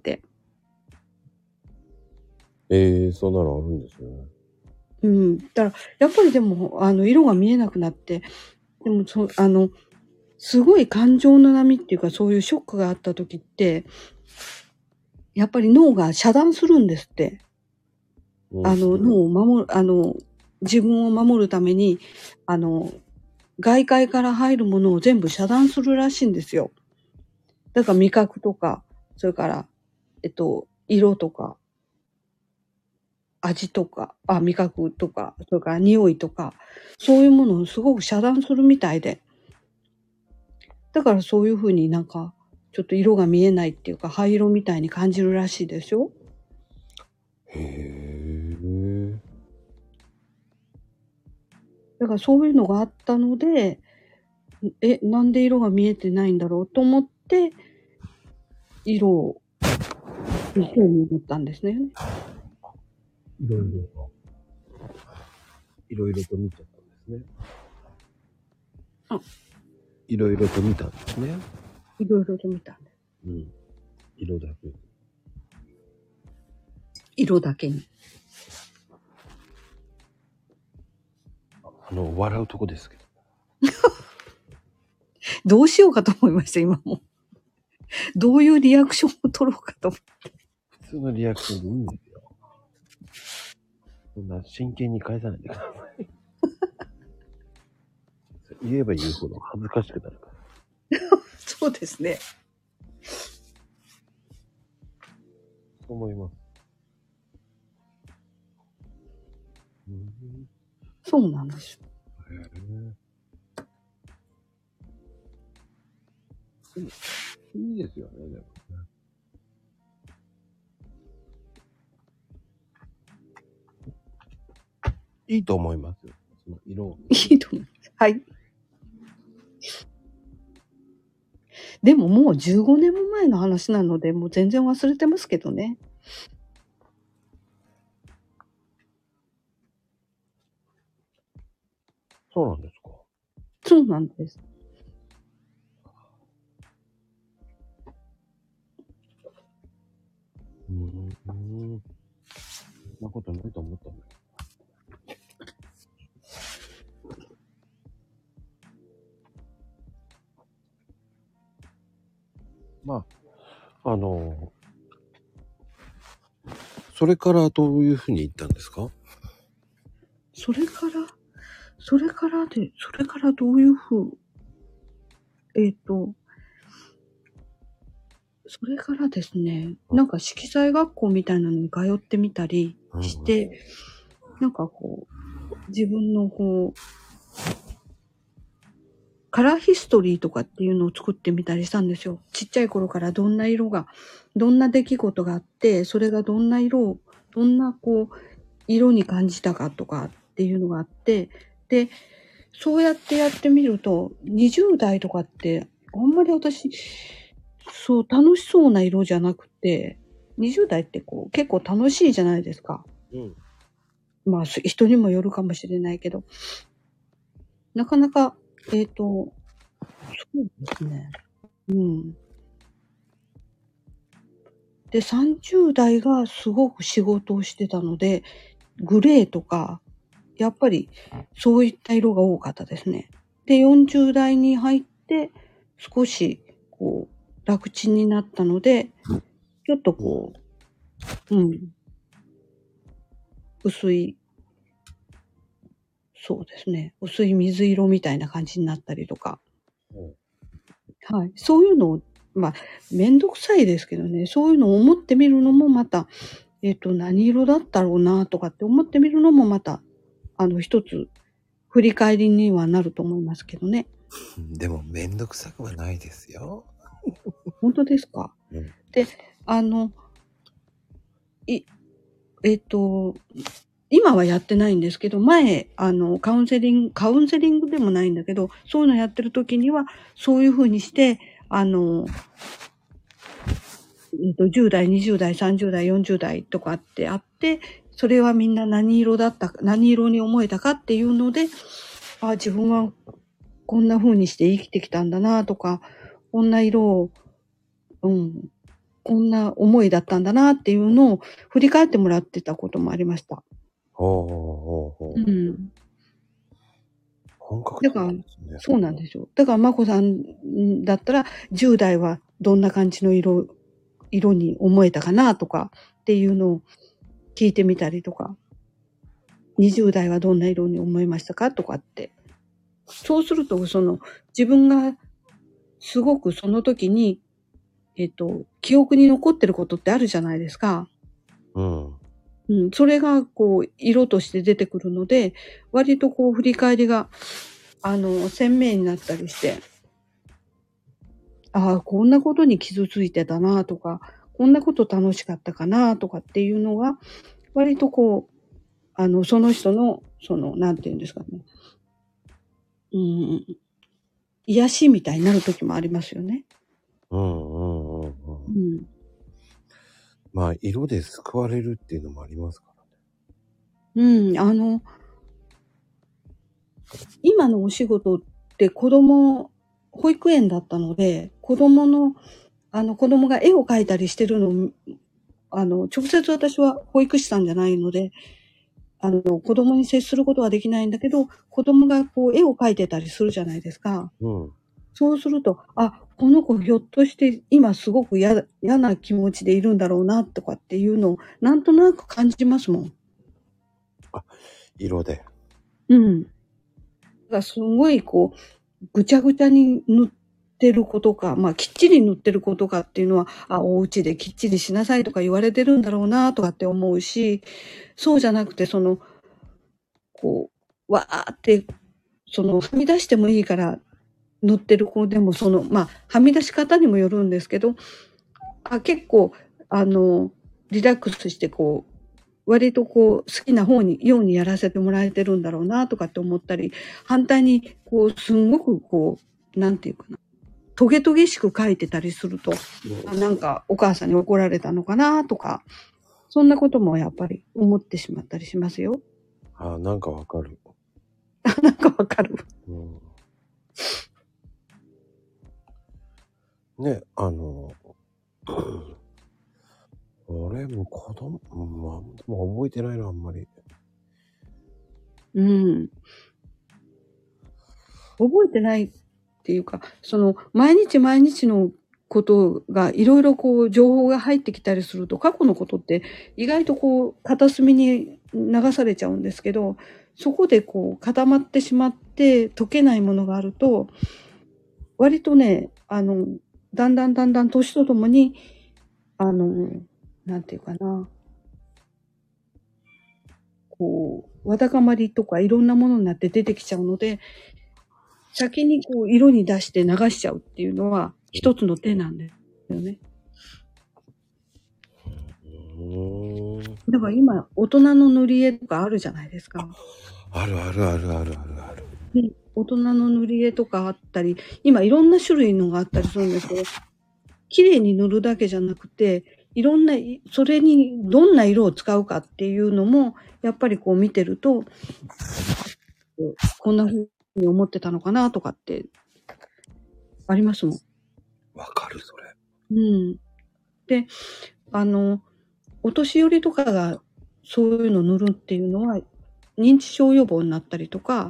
S1: そんなのあるんですね。
S3: うん。だから、やっぱりでも、色が見えなくなって、でも、すごい感情の波っていうか、そういうショックがあった時って、やっぱり脳が遮断するんですって。脳を自分を守るために、外界から入るものを全部遮断するらしいんですよ。だから味覚とか、それから、色とか、味とか、味覚とか、それから匂いとか、そういうものをすごく遮断するみたいで。だからそういうふうになんか、ちょっと色が見えないっていうか、灰色みたいに感じるらしいですよ。だからそういうのがあったので、なんで色が見えてないんだろうと思って、色に興味を持ったんですね。
S1: いろいろと見ちゃったんですね。
S3: あ、
S1: いろいろと見たんですね。
S3: いろいろと見たんです。
S1: うん。色だけ。
S3: 色だけに。
S1: 笑うとこですけど。
S3: どうしようかと思いました、今も。どういうリアクションを取ろうかと思って。
S1: 普通のリアクションでいいんですよ。そんな真剣に返さないでください。言えば言うほど恥ずかしくなるから。
S3: そうですね。
S1: そう思います。
S3: そうなんです。
S1: いいですよね、でもね。いいと思いますよ。その色を。
S3: いいと思います。はい。でももう15年も前の話なので、もう全然忘れてますけどね。
S1: そうなんですか。
S3: そうなんです。
S1: そんなことないと思ったんだよ。まあ、それからどういうふうに言ったんですか？
S3: それからどういうふう、それからですね、なんか色彩学校みたいなのに通ってみたりして、なんかこう、自分のこう、カラーヒストリーとかっていうのを作ってみたりしたんですよ。ちっちゃい頃からどんな出来事があって、それがどんなこう、色に感じたかとかっていうのがあって、で、そうやってやってみると、20代とかって、あんまり私、そう、楽しそうな色じゃなくて、20代ってこう、結構楽しいじゃないですか。
S1: うん。
S3: まあ、人にもよるかもしれないけど、なかなか、そうですね。うん。で、30代がすごく仕事をしてたので、グレーとか、やっぱりそういった色が多かったですね。で、40代に入って、少し、こう、楽ちんになったので、ちょっとこう、 うん。薄い、そうですね。薄い水色みたいな感じになったりとか。はい。そういうのを、まあ、めんどくさいですけどね、そういうのを思ってみるのもまた、何色だったろうなとかって思ってみるのもまた、一つ振り返りにはなると思いますけどね。
S1: でもめんどくさくはないですよ。
S3: 本当ですか？
S1: うん。
S3: で、今はやってないんですけど、前、カウンセリングでもないんだけど、そういうのやってる時には、そういう風にして、10代、20代、30代、40代とかってあって、それはみんな何色に思えたかっていうので、あ、自分はこんな風にして生きてきたんだなとか、こんな色を、こんな思いだったんだなっていうのを振り返ってもらってたこともありました。
S1: ほう。本格的ですね。
S3: そうなんですよ。だから、まこさんだったら、10代はどんな感じの色に思えたかなとかっていうのを聞いてみたりとか、20代はどんな色に思いましたかとかって。そうすると、自分がすごくその時に、記憶に残ってることってあるじゃないですか。それが、色として出てくるので、割と振り返りが、鮮明になったりして、ああ、こんなことに傷ついてたなとか、こんなこと楽しかったかなとかっていうのが、割とその人の、なんて言うんですかね。癒しみたいになる時もありますよね。
S1: まあ、色で救われるっていうのもありますからね。
S3: 今のお仕事って保育園だったので、子供が絵を描いたりしてるのを、直接私は保育士さんじゃないので、子供に接することはできないんだけど、子供が絵を描いてたりするじゃないですか。そうすると、あ、この子ひょっとして今すごく嫌な気持ちでいるんだろうな、とかっていうのをなんとなく感じますもん。
S1: あ、色で。
S3: だからすごいぐちゃぐちゃに塗ってる子とか、まあきっちり塗ってる子とかっていうのは、お家できっちりしなさいとか言われてるんだろうな、とかって思うし、そうじゃなくてわーって、はみ出してもいいから塗ってる子でも、はみ出し方にもよるんですけど、結構、リラックスして割と好きなようにやらせてもらえてるんだろうな、とかって思ったり、反対に、すんごくなんていうかな、トゲトゲしく書いてたりすると、なんかお母さんに怒られたのかな、とか、そんなこともやっぱり思ってしまったりしますよ。
S1: なんかわかる。
S3: なんかわかる。
S1: ね、俺も子供、もう覚えてないな、あんまり。
S3: 覚えてないっていうか、毎日毎日のことがいろいろ情報が入ってきたりすると、過去のことって意外と片隅に流されちゃうんですけど、そこで固まってしまって解けないものがあると、割とね、だんだん年とともに、なんていうかな、わだかまりとかいろんなものになって出てきちゃうので、先に色に出して流しちゃうっていうのは一つの手なんですよね。だから今、大人の塗り絵とかあるじゃないですか。
S1: ある。
S3: 大人の塗り絵とかあったり、今いろんな種類のがあったりするんですけど、綺麗に塗るだけじゃなくて、それにどんな色を使うかっていうのも、やっぱり見てると、こんな風に思ってたのかなとかって、ありますもん。
S1: わかる、それ。
S3: で、お年寄りとかがそういうの塗るっていうのは、認知症予防になったりとか、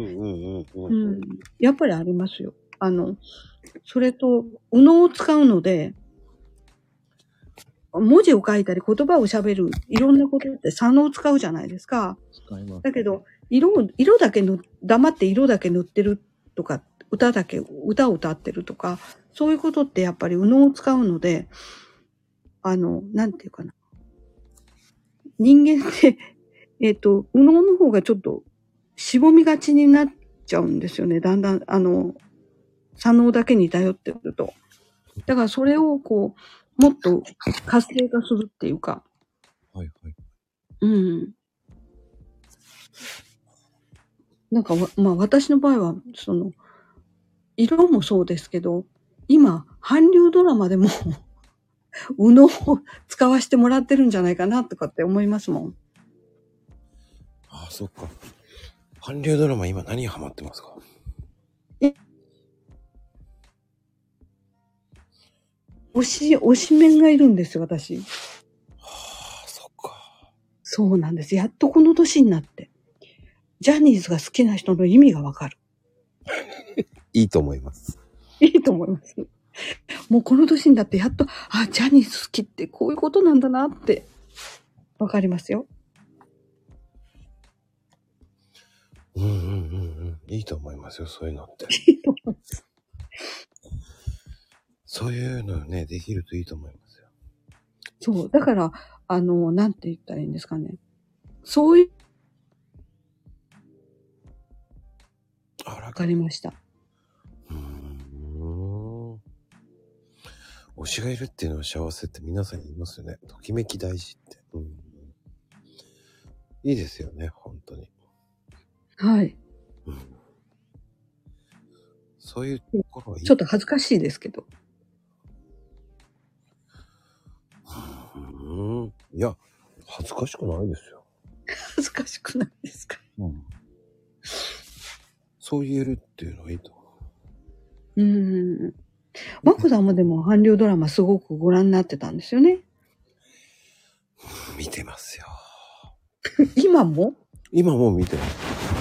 S3: やっぱりありますよ。それと、右脳を使うので、 文字を書いたり言葉を喋るいろんなことって左脳を使うじゃないですか。
S1: 使います。
S3: だけど、色だけ黙って色だけ塗ってるとか、歌を歌ってるとか、そういうことってやっぱり右脳を使うので、なんていうかな。人間って、右脳の方がちょっと、しぼみがちになっちゃうんですよね。だんだん、左脳だけに頼ってると。だからそれをこう、もっと活性化するっていうか。
S1: はいはい。
S3: うん。なんかまあ私の場合は、色もそうですけど、今、韓流ドラマでも、右脳を使わせてもらってるんじゃないかなとかって思いますもん。
S1: ああ、そっか。韓流ドラマ今何ハマってますか？
S3: 推しメンがいるんですよ、私。
S1: はあ、そっか。
S3: そうなんです。やっとこの年になって。ジャニーズが好きな人の意味がわかる。
S1: いいと思います。
S3: いいと思います。もうこの年になってやっと、ジャニーズ好きってこういうことなんだなって、わかりますよ。
S1: うんうんうんうん。いいと思いますよ、そういうのって。
S3: いいと思います。
S1: そういうのね、できるといいと思いますよ。
S3: そう。だから、なんて言ったらいいんですかね。そういう、わかりました。
S1: 推しがいるっていうのは幸せって皆さんに言いますよね。ときめき大事って。いいですよね、本当に。
S3: はい。
S1: そういうところはいい。
S3: ちょっと恥ずかしいですけど。
S1: いや、恥ずかしくないですよ。
S3: 恥ずかしくないですか？
S1: そう言えるっていうのはいいと思
S3: う。マコさんもでも韓流ドラマすごくご覧になってたんですよね。
S1: 見てますよ。
S3: 今も？
S1: 今も見てます。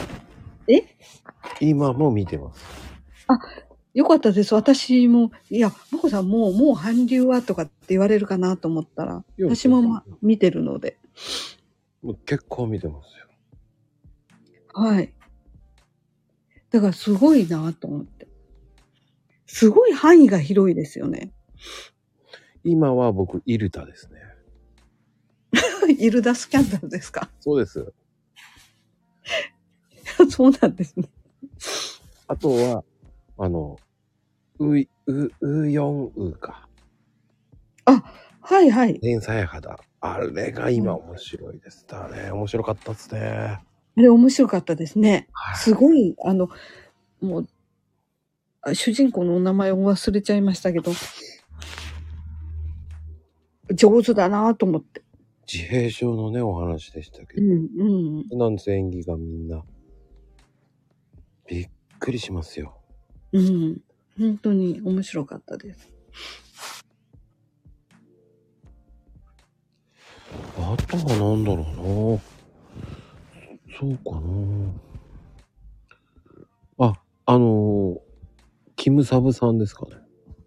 S1: 今も見てます。
S3: よかったです。私も、いや、マコさんもう韓流はとかって言われるかなと思ったら、私も見てるので。
S1: もう結構見てますよ。
S3: はい。だからすごいなと思って。すごい範囲が広いですよね。
S1: 今は僕、イルタですね。
S3: イルダスキャンダルですか？
S1: そうです。
S3: そうなんですね。
S1: あとは、ウヨンウか。
S3: はいはい。
S1: 天才肌。あれが今面白いです。だね。面白かったですね。
S3: あれ面白かったですね。
S1: はい、
S3: すごい、もう、主人公のお名前を忘れちゃいましたけど、上手だなと思って。
S1: 自閉症のね、お話でしたけど。なんです演技がみんな。びっくりしますよ。
S3: 本当に面白かったです。
S1: あとはなんだろうな。そうかな。キムサブさんですかね。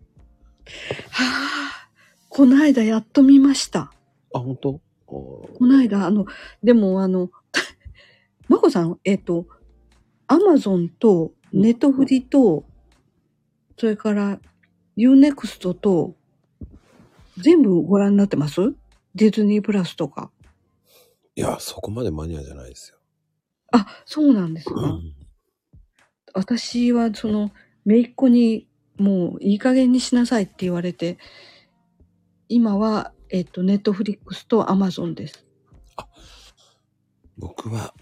S3: この間やっと見ました。
S1: 本当？
S3: この間、でもまこさん、アマゾンと、ネットフリと、それから、Unext と、全部ご覧になってます？ディズニープラスとか。
S1: いや、そこまでマニアじゃないですよ。
S3: そうなんですか。私は、姪っ子に、もう、いい加減にしなさいって言われて、今は、ネットフリックスとアマゾンです。
S1: 僕は、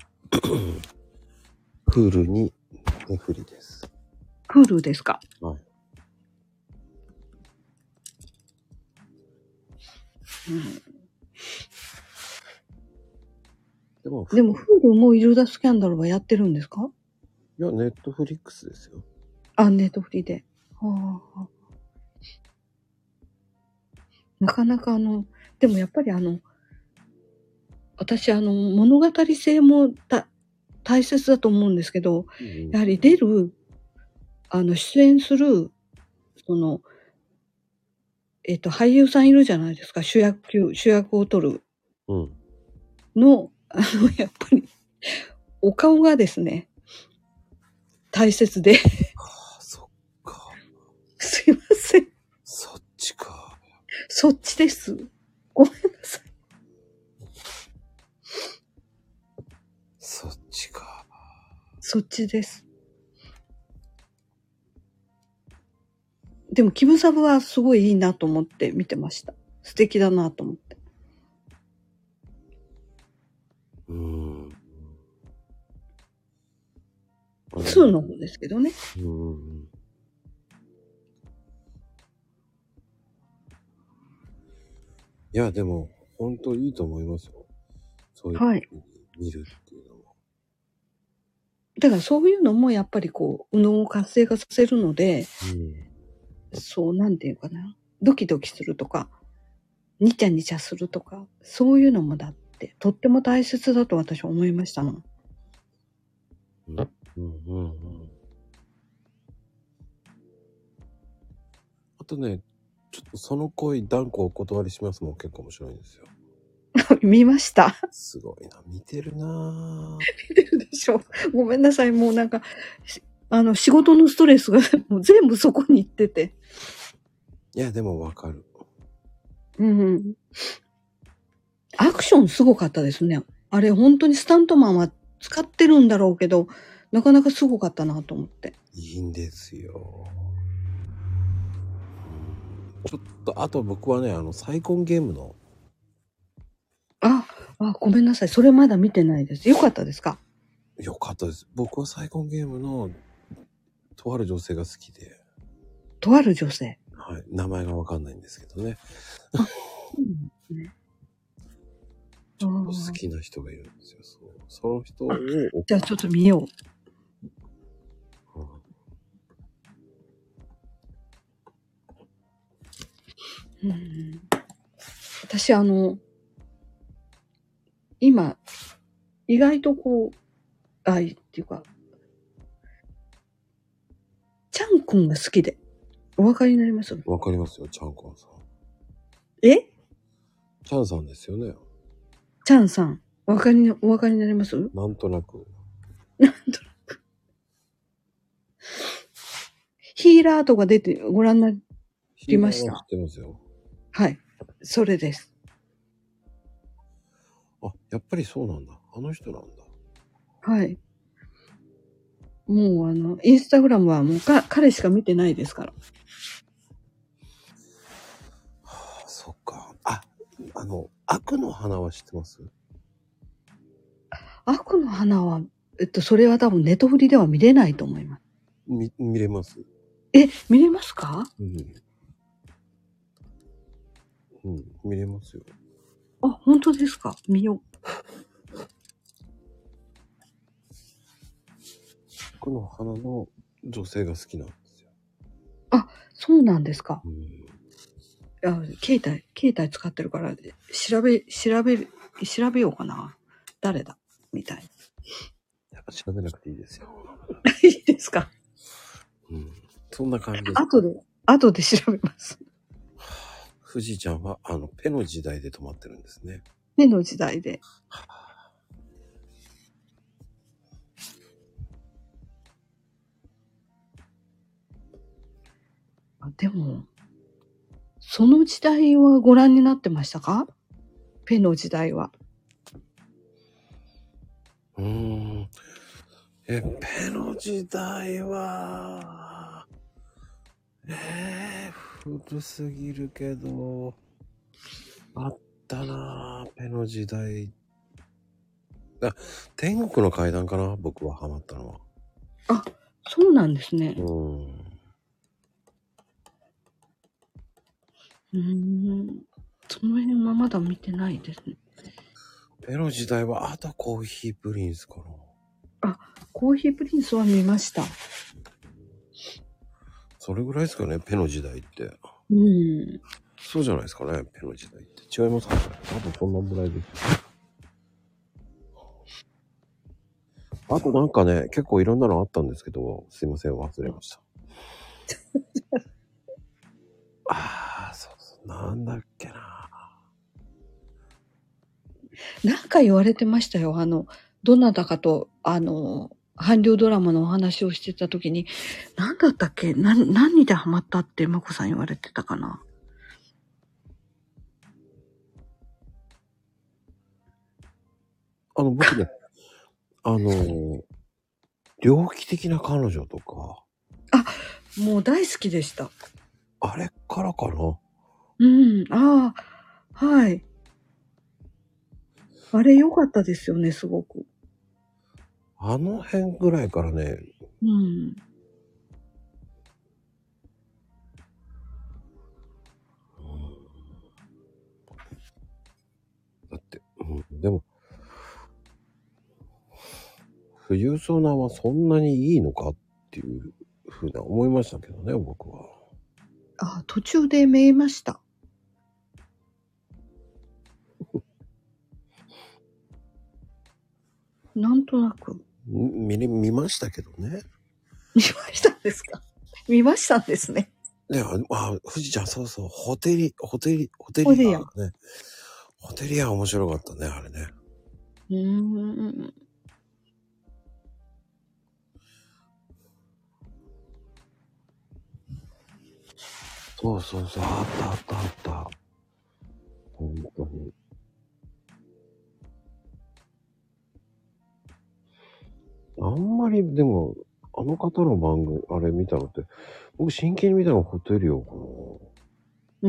S1: フールにネフリです。
S3: フールですか？
S1: はい。でも、
S3: フールもイルダスキャンダルはやってるんですか？
S1: いや、ネットフリックスですよ。
S3: ネットフリで。なかなかでもやっぱり私物語性も大切だと思うんですけど、やはり出る、出演する、 俳優さんいるじゃないですか。主役を取る
S1: うん。
S3: の、やっぱり、お顔がですね、大切で。
S1: ああ、そっか。
S3: すいません。
S1: そっちか。
S3: そっちです。ごめんなさい。
S1: そっちか。
S3: そっちです。でも、キムサブはすごいいいなと思って見てました。素敵だなと思って。2の方ですけどね。
S1: いや、でも、本当いいと思いますよ。そういう
S3: はい。
S1: 見るっていうのも。
S3: だからそういうのもやっぱりこう、右脳を活性化させるので、そう、なんていうかな。ドキドキするとか、ニチャニチャするとか、そういうのもだって、とっても大切だと私は思いましたもん。
S1: あとね、ちょっとその恋断固お断りしますもん、結構面白いんですよ。
S3: 見ました。
S1: すごいな、見てるな
S3: 見てるでしょ。ごめんなさい、もうなんか、仕事のストレスがもう全部そこに行ってて。
S1: いや、でもわかる。
S3: アクションすごかったですね。あれ本当にスタントマンは使ってるんだろうけど、なかなかすごかったなと思って。
S1: いいんですよ。ちょっと、あと僕はね、サイコンゲームの。
S3: ごめんなさい。それまだ見てないです。よかったですか？
S1: よかったです。僕はサイコンゲームの、とある女性が好きで。
S3: とある女性。
S1: はい。名前がわかんないんですけどね。ちょっと好きな人がいるんですよ。そう。その人を。
S3: じゃあちょっと見よう。私今、意外とこう、っていうか、チャン君が好きで。お分かりになります？
S1: わかりますよ、チャンコンさん。
S3: え？
S1: チャンさんですよね。
S3: チャンさん、お分かりになります？
S1: なんとなく。
S3: ヒーラーとか出てご覧になりました？
S1: 知ってますよ。
S3: はい。それです。
S1: あ、やっぱりそうなんだ。あの人なんだ。
S3: はい。もうインスタグラムはもう彼しか見てないですから。
S1: はあ、そっか。あ、悪の花は知ってます？
S3: 悪の花は、それは多分ネトフリでは見れないと思います。
S1: 見れます？
S3: 見れますか？
S1: 見れますよ。
S3: あ、本当ですか？見よう。
S1: 悪の花の女性が好きなんですよ。
S3: あ、そうなんですか。携帯使ってるから調べようかな。誰だみたいな。
S1: やっぱ調べなくていいですよ。
S3: いいですか？
S1: そんな感じです。
S3: 後で調べます。
S1: 富士ちゃんはペの時代で止まってるんですね。
S3: ペの時代で。でも、その時代はご覧になってましたか？ペの時代は。
S1: ペの時代は、古すぎるけど、あったなぁ、ペの時代。天国の階段かな、僕はハマったのは。
S3: あ、そうなんですね。その辺はまだ見てないですね。
S1: ペの時代は、あとコーヒープリンスかな。
S3: あ、コーヒープリンスは見ました。
S1: それぐらいですかね、ペの時代って。そうじゃないですかね、ペの時代って。違いますかね。あとそんなぐらいです。あとなんかね、結構いろんなのあったんですけど、すいません、忘れました。そうそう。 なんだっけな。
S3: なんか言われてましたよ。どなたかと、韓流ドラマのお話をしてた時に、なんだったっけ何でハマったってまこさん言われてたかな。
S1: 僕ね、猟奇的な彼女とか。
S3: あ、もう大好きでした。
S1: あれからかな。
S3: うん、ああ、はい。あれ良かったですよね、すごく。
S1: あの辺ぐらいからね。
S3: うん。
S1: だって、でも、富裕層なはそんなにいいのかっていうふうに思いましたけどね、僕は。
S3: あ、途中で見えました。なんとなく。
S1: 見ましたけどね。
S3: 見ましたんですか？見ましたんですね。
S1: ね、富士ちゃん、そうそう、ホテリアね。ホテリア面白かったね、あれね。そうそうそう、あった。本当に。あんまり、でも、あの方の番組、あれ見たのって、僕真剣に見たのはホテリアかな。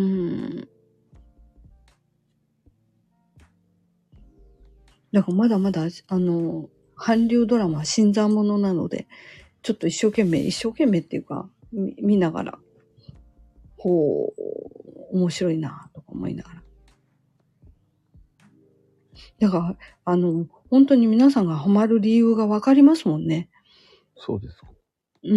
S3: だからまだまだ、韓流ドラマは新参者なので、ちょっと一生懸命っていうか、見ながら、面白いなとか思いながら。だから、本当に皆さんがハマる理由がわかりますもんね。
S1: そうですか。
S3: うん。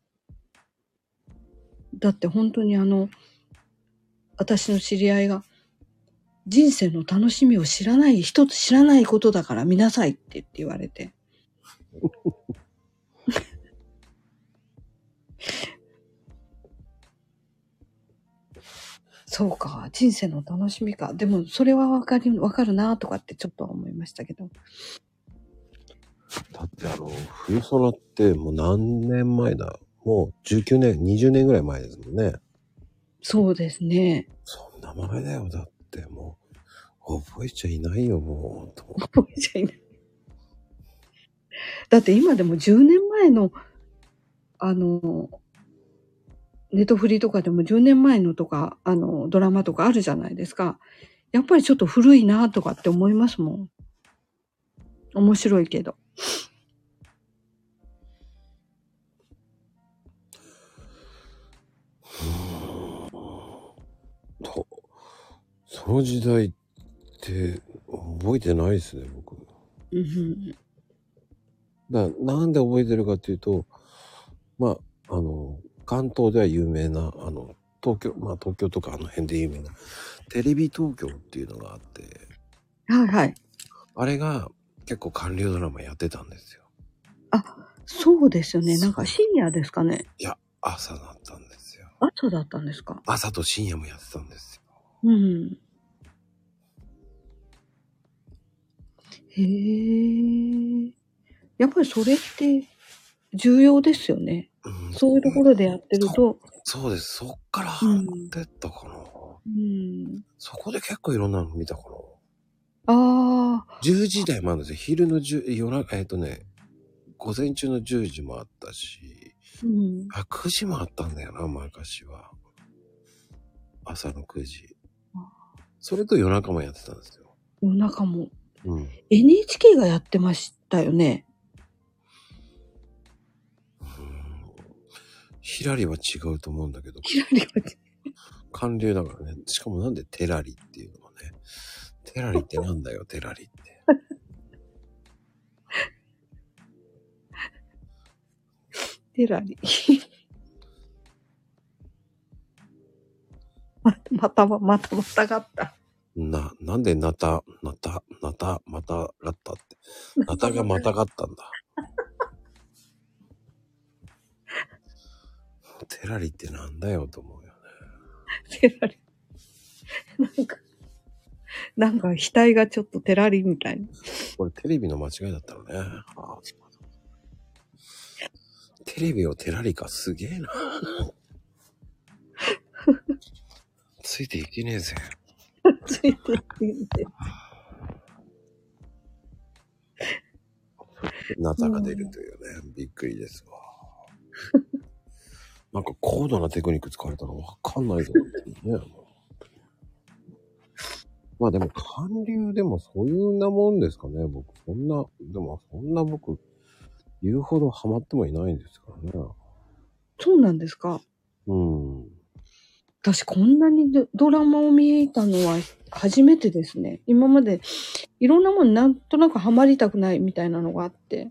S3: だって本当に私の知り合いが、人生の楽しみを知らないことだから見なさいって言われて。そうか、人生の楽しみか。でも、それはわかるなとかってちょっと思いましたけど。
S1: だって冬空ってもう何年前だ？もう19年、20年ぐらい前ですもんね。
S3: そうですね。
S1: そんな前だよ。だってもう、覚えちゃいないよ、もう。
S3: 覚えちゃいない。だって今でも10年前の、ネットフリとかでも10年前のとか、ドラマとかあるじゃないですか。やっぱりちょっと古いなとかって思いますもん。面白いけど。
S1: その時代って覚えてないですね、僕。なんで覚えてるかっていうと、関東では有名な、東京とかあの辺で有名な、テレビ東京っていうのがあって、
S3: はいはい。
S1: あれが結構韓流ドラマやってたんですよ。
S3: あ、そうですよね。なんか深夜ですかね。
S1: いや、朝だったんですよ。
S3: 朝だったんですか？
S1: 朝と深夜もやってたんですよ。
S3: うん。へえ。やっぱりそれって重要ですよね。そういうところでやってると。
S1: そうです。そっからハマってったかな。そこで結構いろんなの見たかな。
S3: ああ。
S1: 10時台もあるんですよ。昼の午前中の10時もあったし、9時もあったんだよな、昔は。朝の9時。それと夜中もやってたんですよ。
S3: 夜中も。NHK がやってましたよね。
S1: ひらりは違うと思うんだけど。
S3: ひらりは
S1: 韓流だからね。しかもなんでテラリっていうのもね。テラリってなんだよ、テラリって。
S3: テラリ。またがった。
S1: なんでまたがったって。なたがまたがったんだ。テラリってなんだよと思うよね。
S3: テラリ。なんか額がちょっとテラリみたいな。
S1: これテレビの間違いだったのね。テレビをテラリか、すげえな。ついていけねえぜ。
S3: ついていってみて。
S1: NASA が出るというね、びっくりですわ。なんか高度なテクニック使われたのわかんないぞってね。まあでも韓流でもそういうなもんですかね。僕そんな僕言うほどハマってもいないんですからね。
S3: そうなんですか。
S1: うん。
S3: 私こんなにドラマを見たのは初めてですね。今までいろんなものなんとなくハマりたくないみたいなのがあって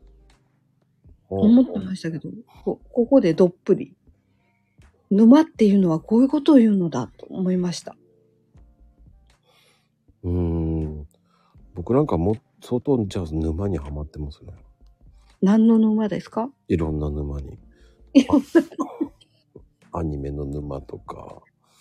S3: 思ってましたけど、ここでどっぷり。沼っていうのはこういうことを言うのだと思いました。
S1: 僕なんかも相当じゃあ沼にはまってますね。
S3: 何の沼ですか？
S1: いろんな沼に。アニメの沼とか。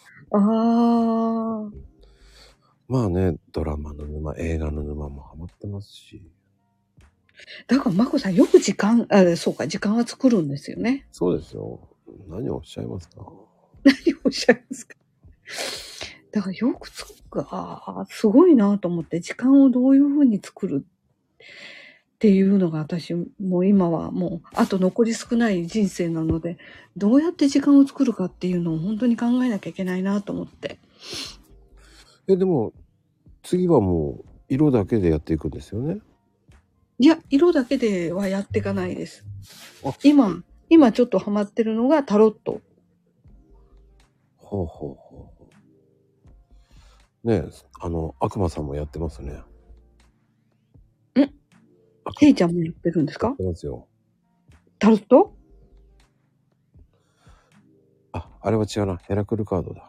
S3: ああ。
S1: まあね、ドラマの沼、映画の沼もハマってますし。
S3: だから、まこさんよく時間は作るんですよね。
S1: そうですよ。何をおっしゃいますか？
S3: 何をおっしゃいますか？だからよくすごいなと思って、時間をどういうふうに作るっていうのが私も今はもうあと残り少ない人生なので、どうやって時間を作るかっていうのを本当に考えなきゃいけないなと思って。
S1: でも次はもう色だけでやっていくんですよね。
S3: いや、色だけではやっていかないです。今ちょっとハマってるのがタロット。
S1: ほうほうほう。ねえ、悪魔さんもやってますね。
S3: ヘイちゃんもやってるんですか？
S1: やってますよ。
S3: タロット？
S1: あれは違うな。ヘラクルカードだ。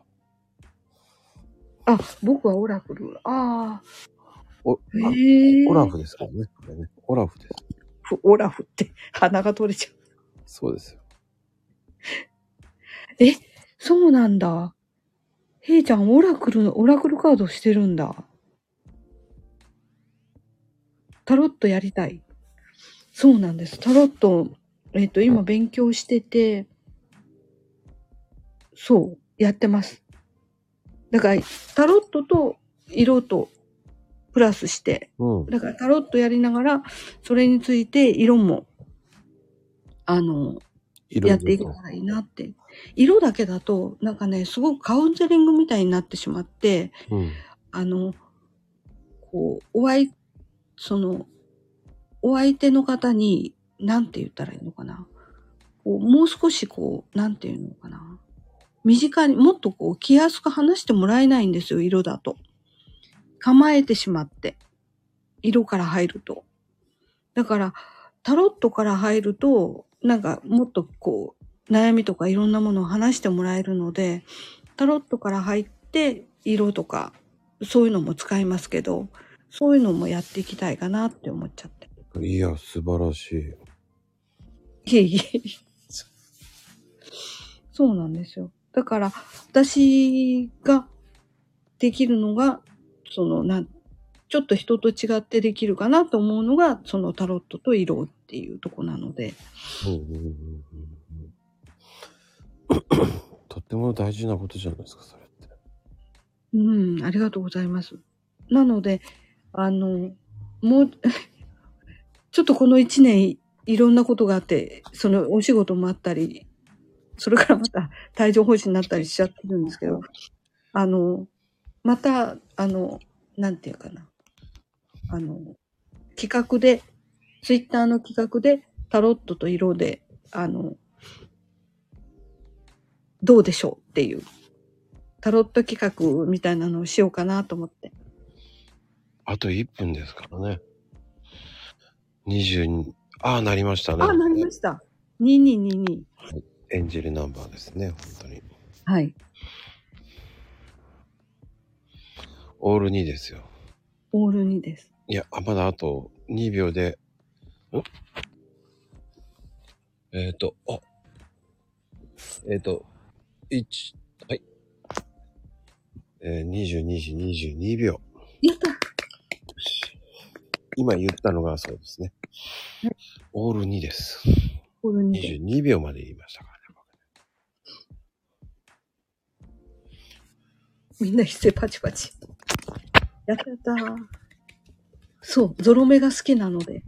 S3: 僕はオラクル。
S1: オラフですからね。これね。オラフです。
S3: オラフって鼻が取れちゃう。
S1: そうですよ。
S3: そうなんだ。ヘイちゃんオラクルカードしてるんだ。タロットやりたい。そうなんです。タロット、今勉強してて、そう、やってます。だから、タロットと色とプラスして、だからタロットやりながら、それについて色も、やっていけたらいいなって。色だけだと、なんかね、すごくカウンセリングみたいになってしまって、こう、お相手の方に、なんて言ったらいいのかな。もう少しなんて言うのかな。身近にもっと気安く話してもらえないんですよ、色だと。構えてしまって。色から入ると。だから、タロットから入ると、なんかもっと悩みとかいろんなものを話してもらえるので、タロットから入って色とか、そういうのも使いますけど、そういうのもやっていきたいかなって思っちゃって。
S1: いや、素晴らしい。
S3: そうなんですよ。だから、私ができるのが、ちょっと人と違ってできるかなと思うのが、そのタロットと色っていうとこなので。
S1: とっても大事なことじゃないですか、それって。
S3: ありがとうございます。なので、もう、ちょっとこの1年いろんなことがあって、そのお仕事もあったり、それからまた帯状疱疹になったりしちゃってるんですけど、また、なんていうかな。企画で、ツイッターの企画でタロットと色で、どうでしょうっていう、タロット企画みたいなのをしようかなと思って。
S1: あと1分ですからね。22、なりましたね。
S3: なりました。2222。
S1: はい。エンジェルナンバーですね、本当に。
S3: はい。
S1: オール2ですよ。
S3: オール2です。
S1: いや、まだあと2秒で、1、はい。 22時22秒。
S3: やった。
S1: 今言ったのがそうですね。オール2です。
S3: オール2で。
S1: 22秒まで言いましたからね。
S3: みんな一斉パチパチ。やったやった。そう、ゾロ目が好きなので。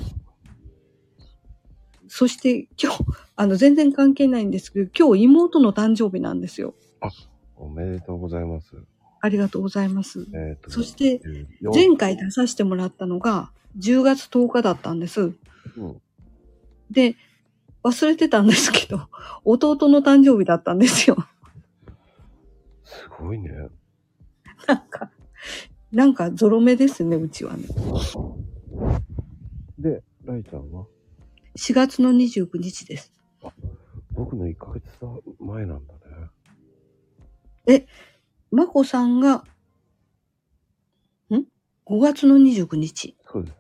S3: そして今日、全然関係ないんですけど、今日妹の誕生日なんですよ。
S1: あ、おめでとうございます。
S3: ありがとうございます。そして、前回出させてもらったのが、10月10日だったんです。で、忘れてたんですけど、弟の誕生日だったんですよ。
S1: すごいね。
S3: なんかゾロ目ですね、うちはね。
S1: で、ライちゃんは
S3: 4月の29日です。
S1: あ、僕の1ヶ月前なんだ
S3: ね。まこさんが、5月の29日。
S1: そうです。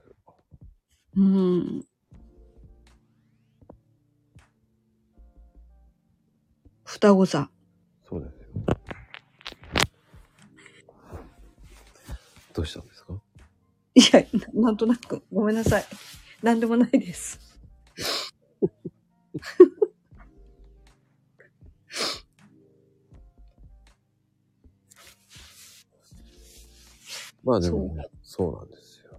S3: 双子座。
S1: そうですよ。どうしたんですか？
S3: いや、なんとなく、ごめんなさい。なんでもないです。
S1: まあでも、そうなんですよ。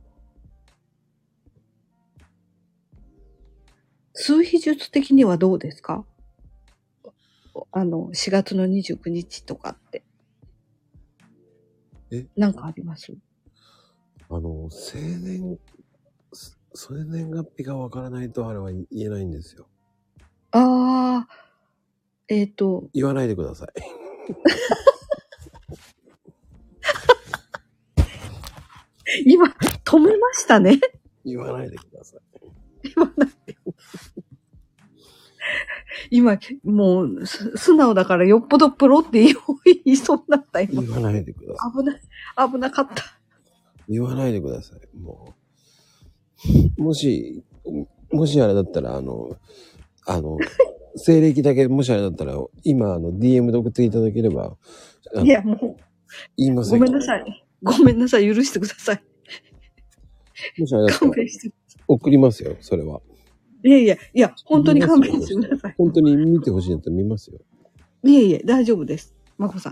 S3: 数秘術的にはどうですか？4月の29日とかって。なんかあります？
S1: 生年月日がわからないとあれは言えないんですよ。言わないでください。
S3: 今、止めましたね。
S1: 言わないでください。
S3: 言わないで。今、もう、素直だからよっぽどプロって言いそうになった、今。
S1: 言わないでくださ
S3: い。危なかった。
S1: 言わないでください。もしあれだったら、西暦だけ、もしあれだったら、今、DM で送っていただければ、
S3: いや、もう、
S1: 言いません。
S3: ごめんなさい。ごめんなさい。許してください。
S1: もしあれだったら、送りますよ、それは。
S3: いや、本当に勘弁してください。
S1: 本当に見てほしいんだったら見ますよ。
S3: いえ、大丈夫です。まこさん。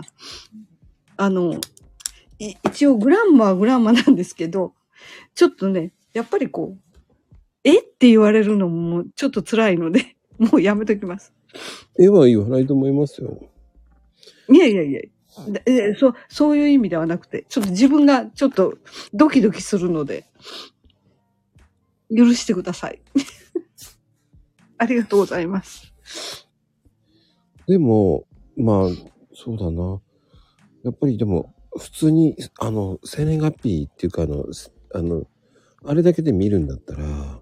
S3: 一応グランマはグランマなんですけど、ちょっとね、やっぱりこう、って言われるのもちょっと辛いので、もうやめときます。
S1: は言わないと思いますよ。
S3: いや。そういう意味ではなくて、ちょっと自分がちょっとドキドキするので、許してください。ありがとうございます。で
S1: も、まあ、そうだな。やっぱりでも、普通に、生年月日っていうか、あれだけで見るんだったら、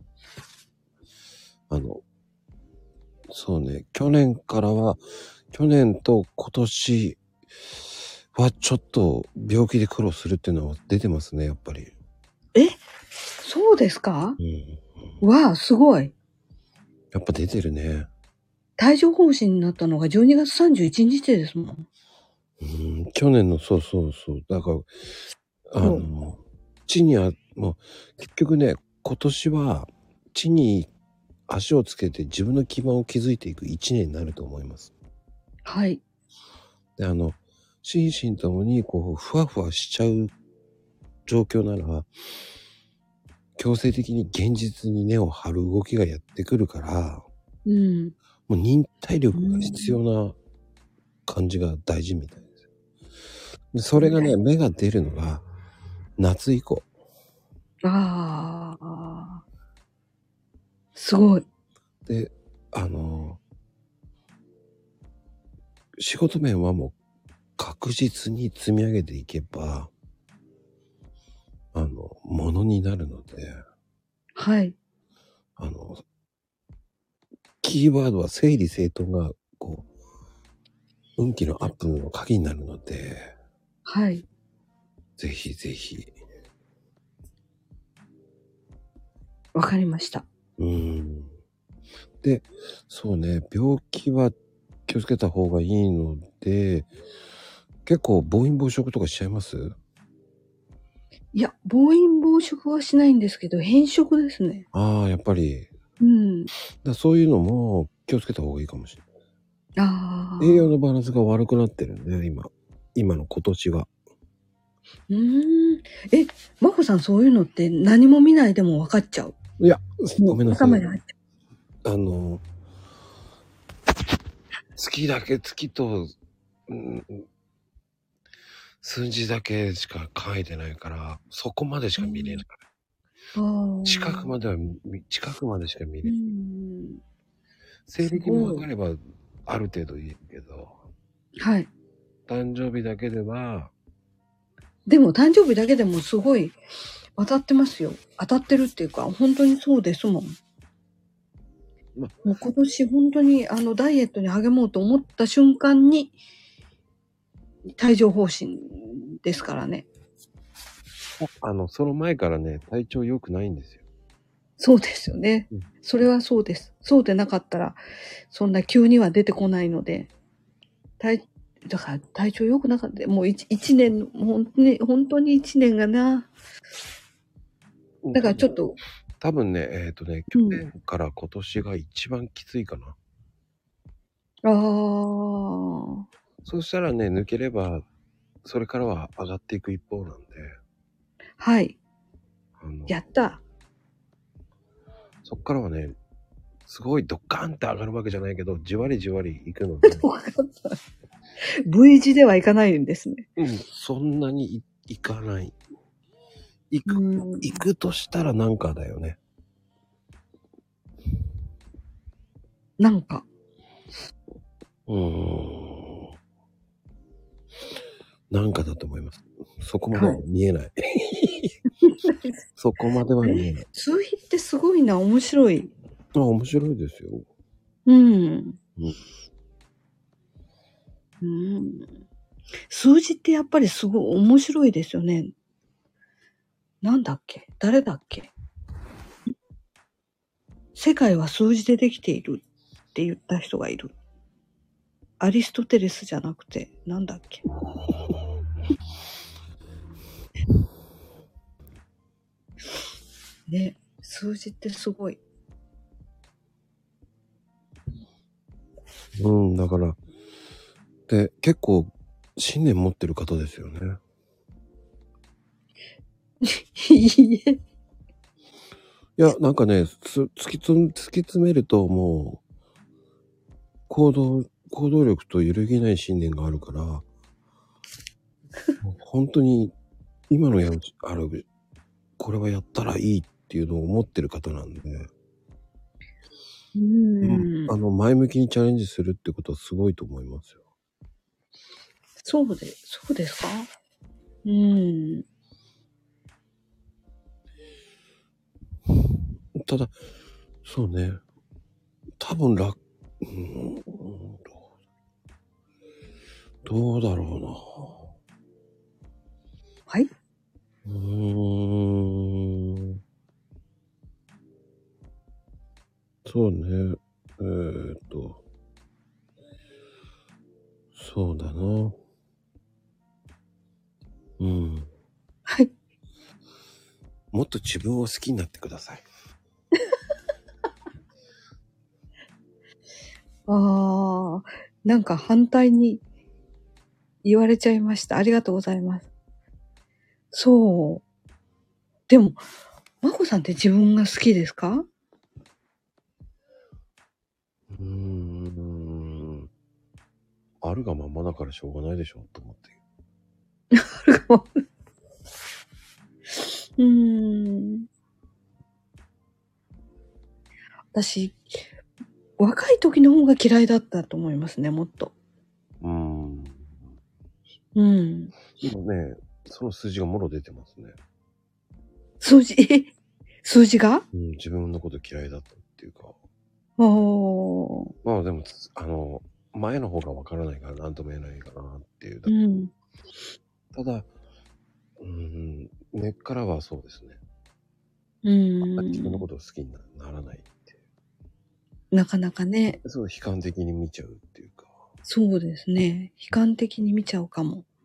S1: そうね、去年と今年はちょっと病気で苦労するっていうのは出てますね、やっぱり。
S3: そうですか？わあ、すごい。
S1: やっぱ出てるね。
S3: 帯状疱疹になったのが12月31日ですもん。
S1: 去年の、そう。だから、地にもう、結局ね、今年は地に足をつけて自分の基盤を築いていく一年になると思います。
S3: はい。
S1: で、心身ともにこう、ふわふわしちゃう状況なら、強制的に現実に根を張る動きがやってくるから、もう忍耐力が必要な感じが大事みたいです。でそれがね、芽が出るのが夏以降。
S3: すごい。
S1: で、仕事面はもう確実に積み上げていけば、ものになるので、
S3: はい。
S1: キーワードは整理整頓が、こう、運気のアップの鍵になるので、
S3: はい。
S1: ぜひぜひ。
S3: わかりました。
S1: で、そうね、病気は気をつけた方がいいので、 結構暴飲暴食とかしちゃいます？
S3: いや、暴飲暴食はしないんですけど、偏食ですね。
S1: ああ、やっぱり。
S3: うん。
S1: そういうのも気をつけた方がいいかもしれない。
S3: ああ。
S1: 栄養のバランスが悪くなってるんで、今の今年は。
S3: マコさんそういうのって何も見ないでも分かっちゃう？
S1: いや、
S3: もう
S1: ごめんなさい。
S3: 頭に入っちゃ
S1: 月と、数字だけしか書いてないから、そこまでしか見れない。
S3: う。
S1: 近くまでしか見れない。
S3: うん。
S1: 西暦も分かればある程度いいけど、
S3: はい。
S1: 誕生日だけでは、
S3: でも誕生日だけでもすごい当たってますよ。当たってるっていうか、本当にそうですもん。
S1: ま
S3: もう今年本当にダイエットに励もうと思った瞬間に帯状疱疹ですからね。
S1: その前からね、体調良くないんですよ。
S3: そうですよね。
S1: うん
S3: それはそうです。そうでなかったら、そんな急には出てこないので、だから体調良くなかった。もう一年、本当に一年がな。だからちょっと、
S1: 多分ね、去年から今年が一番きついかな。
S3: ああ、
S1: そうしたらね、抜ければ、それからは上がっていく一方なんで。
S3: はい。
S1: あの
S3: やった。
S1: そっからはね、すごいドッカンって上がるわけじゃないけど、じわりじわりいくので。
S3: わかった。V 字ではいかないんですね。
S1: そんなにいかない。行くとしたらなんかだよね。
S3: なんか。
S1: なんかだと思います。そこまでは見えない。そこまでは見えない。
S3: 数比ってすごいな、面白い。
S1: 面白いですよ。
S3: 数字ってやっぱりすごい面白いですよね。なんだっけ？誰だっけ？世界は数字でできているって言った人がいる。アリストテレスじゃなくて、なんだっけ？ね、数字ってすごい。
S1: だから、で、結構、信念持ってる方ですよね。いや、なんかね、突き詰めるともう、行動力と揺るぎない信念があるから、本当に、今のこれはやったらいいっていうのを思ってる方なんで、前向きにチャレンジするってことはすごいと思いますよ。
S3: そうですか？
S1: ただ、そうね。多分どうだろうな。
S3: はい？
S1: そうね。そうだな。
S3: はい。
S1: もっと自分を好きになってください。
S3: なんか反対に言われちゃいました。ありがとうございます。そう。でも、まこさんって自分が好きですか？
S1: あるがままだからしょうがないでしょと思って。
S3: 私、若い時の方が嫌いだったと思いますね、もっと。
S1: 今ね、その数字がもろ出てますね。
S3: 数字が？
S1: 自分のこと嫌いだったっていうか。まあでも、前の方がわからないから何とも言えないかなっていう。ただ、根っからはそうですね。自分のことを好きにならないっていう。
S3: なかなかね。
S1: そう、悲観的に見ちゃうっていうか。
S3: そうですね。悲観的に見ちゃうかも。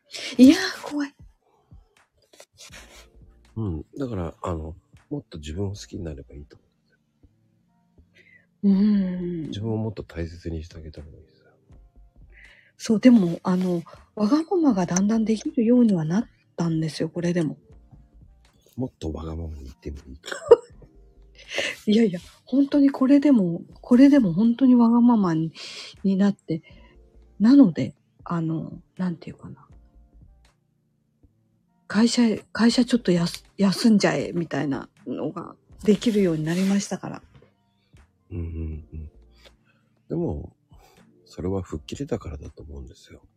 S3: いやー、怖い。
S1: うん。だから、もっと自分を好きになればいいと。自分をもっと大切にしてあげた方がいいですよ。
S3: そう、でも、わがままがだんだんできるようにはなったんですよ、これでも。
S1: もっとわがままに言ってもいいか。
S3: いやいや、本当にこれでも本当にわがままになって、なので、なんていうかな。会社ちょっと休んじゃえ、みたいなのができるようになりましたから。
S1: うんうんうん。でも、それは吹っ切れたからだと思うんですよ。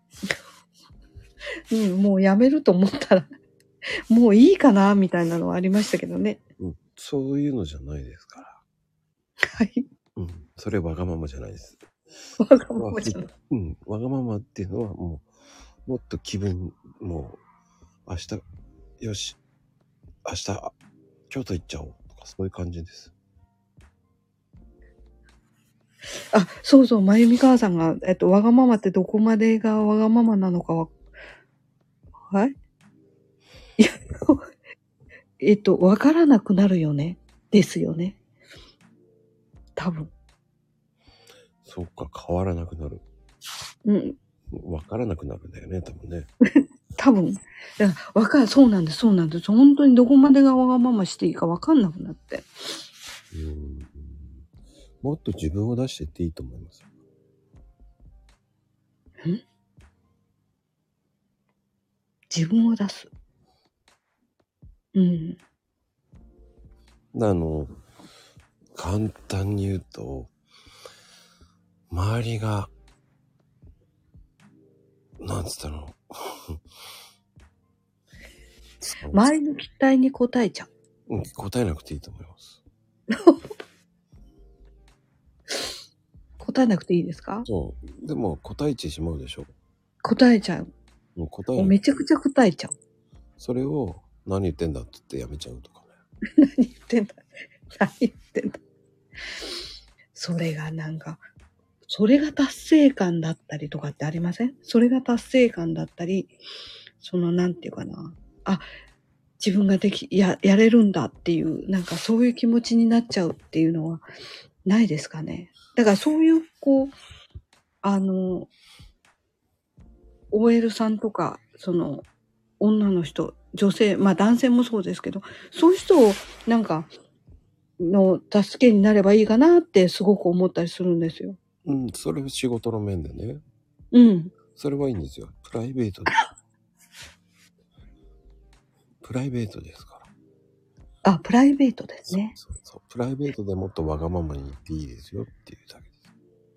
S3: うん、もうやめると思ったら、もういいかな、みたいなのはありましたけどね。
S1: うん。そういうのじゃないですから。
S3: はい。
S1: うん。それわがままじゃないです。
S3: わがままじゃない。
S1: うん。わがままっていうのはもっと気分、もう、明日、よし、明日、京都行っちゃおうとか、そういう感じです。
S3: あ、そうそう、まゆみかわさんが、わがままってどこまでがわがままなのかは、はいいや、わからなくなるよね。ですよね。多分。
S1: そうか、変わらなくなる。
S3: うん。
S1: わからなくなるんだよね、多分ね。
S3: 多分。そうなんです、そうなんです。本当にどこまでがわがまましていいかわかんなくなって。
S1: もっと自分を出していっていいと思います。
S3: 自分を出す。うん。
S1: 簡単に言うと、周りが、なんつったの
S3: 周りの期待に応えちゃう。
S1: うん、答えなくていいと思います。
S3: 答えなくていいですか？
S1: そう。でも答えてしまうでしょ。
S3: 答えちゃう。
S1: もう答え
S3: めちゃくちゃ答えちゃう。
S1: それを何言ってんだって言ってやめちゃうとかね。
S3: 何言ってんだ。何言ってんだ。それがなんか、それが達成感だったりとかってありません？それが達成感だったり、なんていうかな。あ、自分がやれるんだっていう、なんかそういう気持ちになっちゃうっていうのはないですかね。だからそういう、OL さんとか、女の人、女性、まあ男性もそうですけど、そういう人をなんか、の助けになればいいかなってすごく思ったりするんですよ。
S1: うん、それは仕事の面でね。
S3: うん。
S1: それはいいんですよ。プライベートで。プライベートですから。
S3: あ、プライベートですね。
S1: そう。プライベートでもっとわがままに言っていいですよっていうだけです。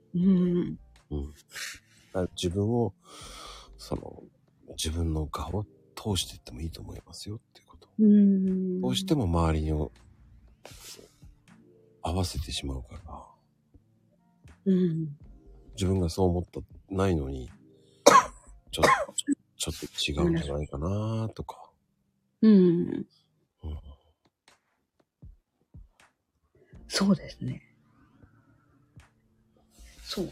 S1: 自分を、自分の顔を通していってもいいと思いますよっていうこと。どうしても周りに合わせてしまうから。自分がそう思ってないのに、ちょっと違うんじゃないかなとか。
S3: そうですね。そう。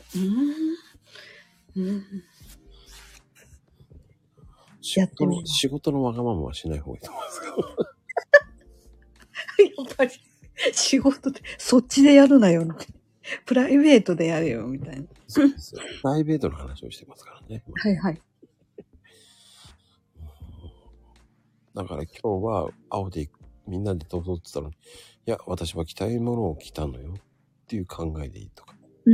S1: 仕事のわがままはしない方がいいと思いますけど。
S3: やっぱり、仕事で、そっちでやるなよ。プライベートでやれよ、みたいな。
S1: そうですよ。プライベートの話をしてますからね。
S3: はいはい。
S1: だから今日は青でみんなでどうぞって言ったのに、いや、私は着たいものを着たのよっていう考えでいいとか。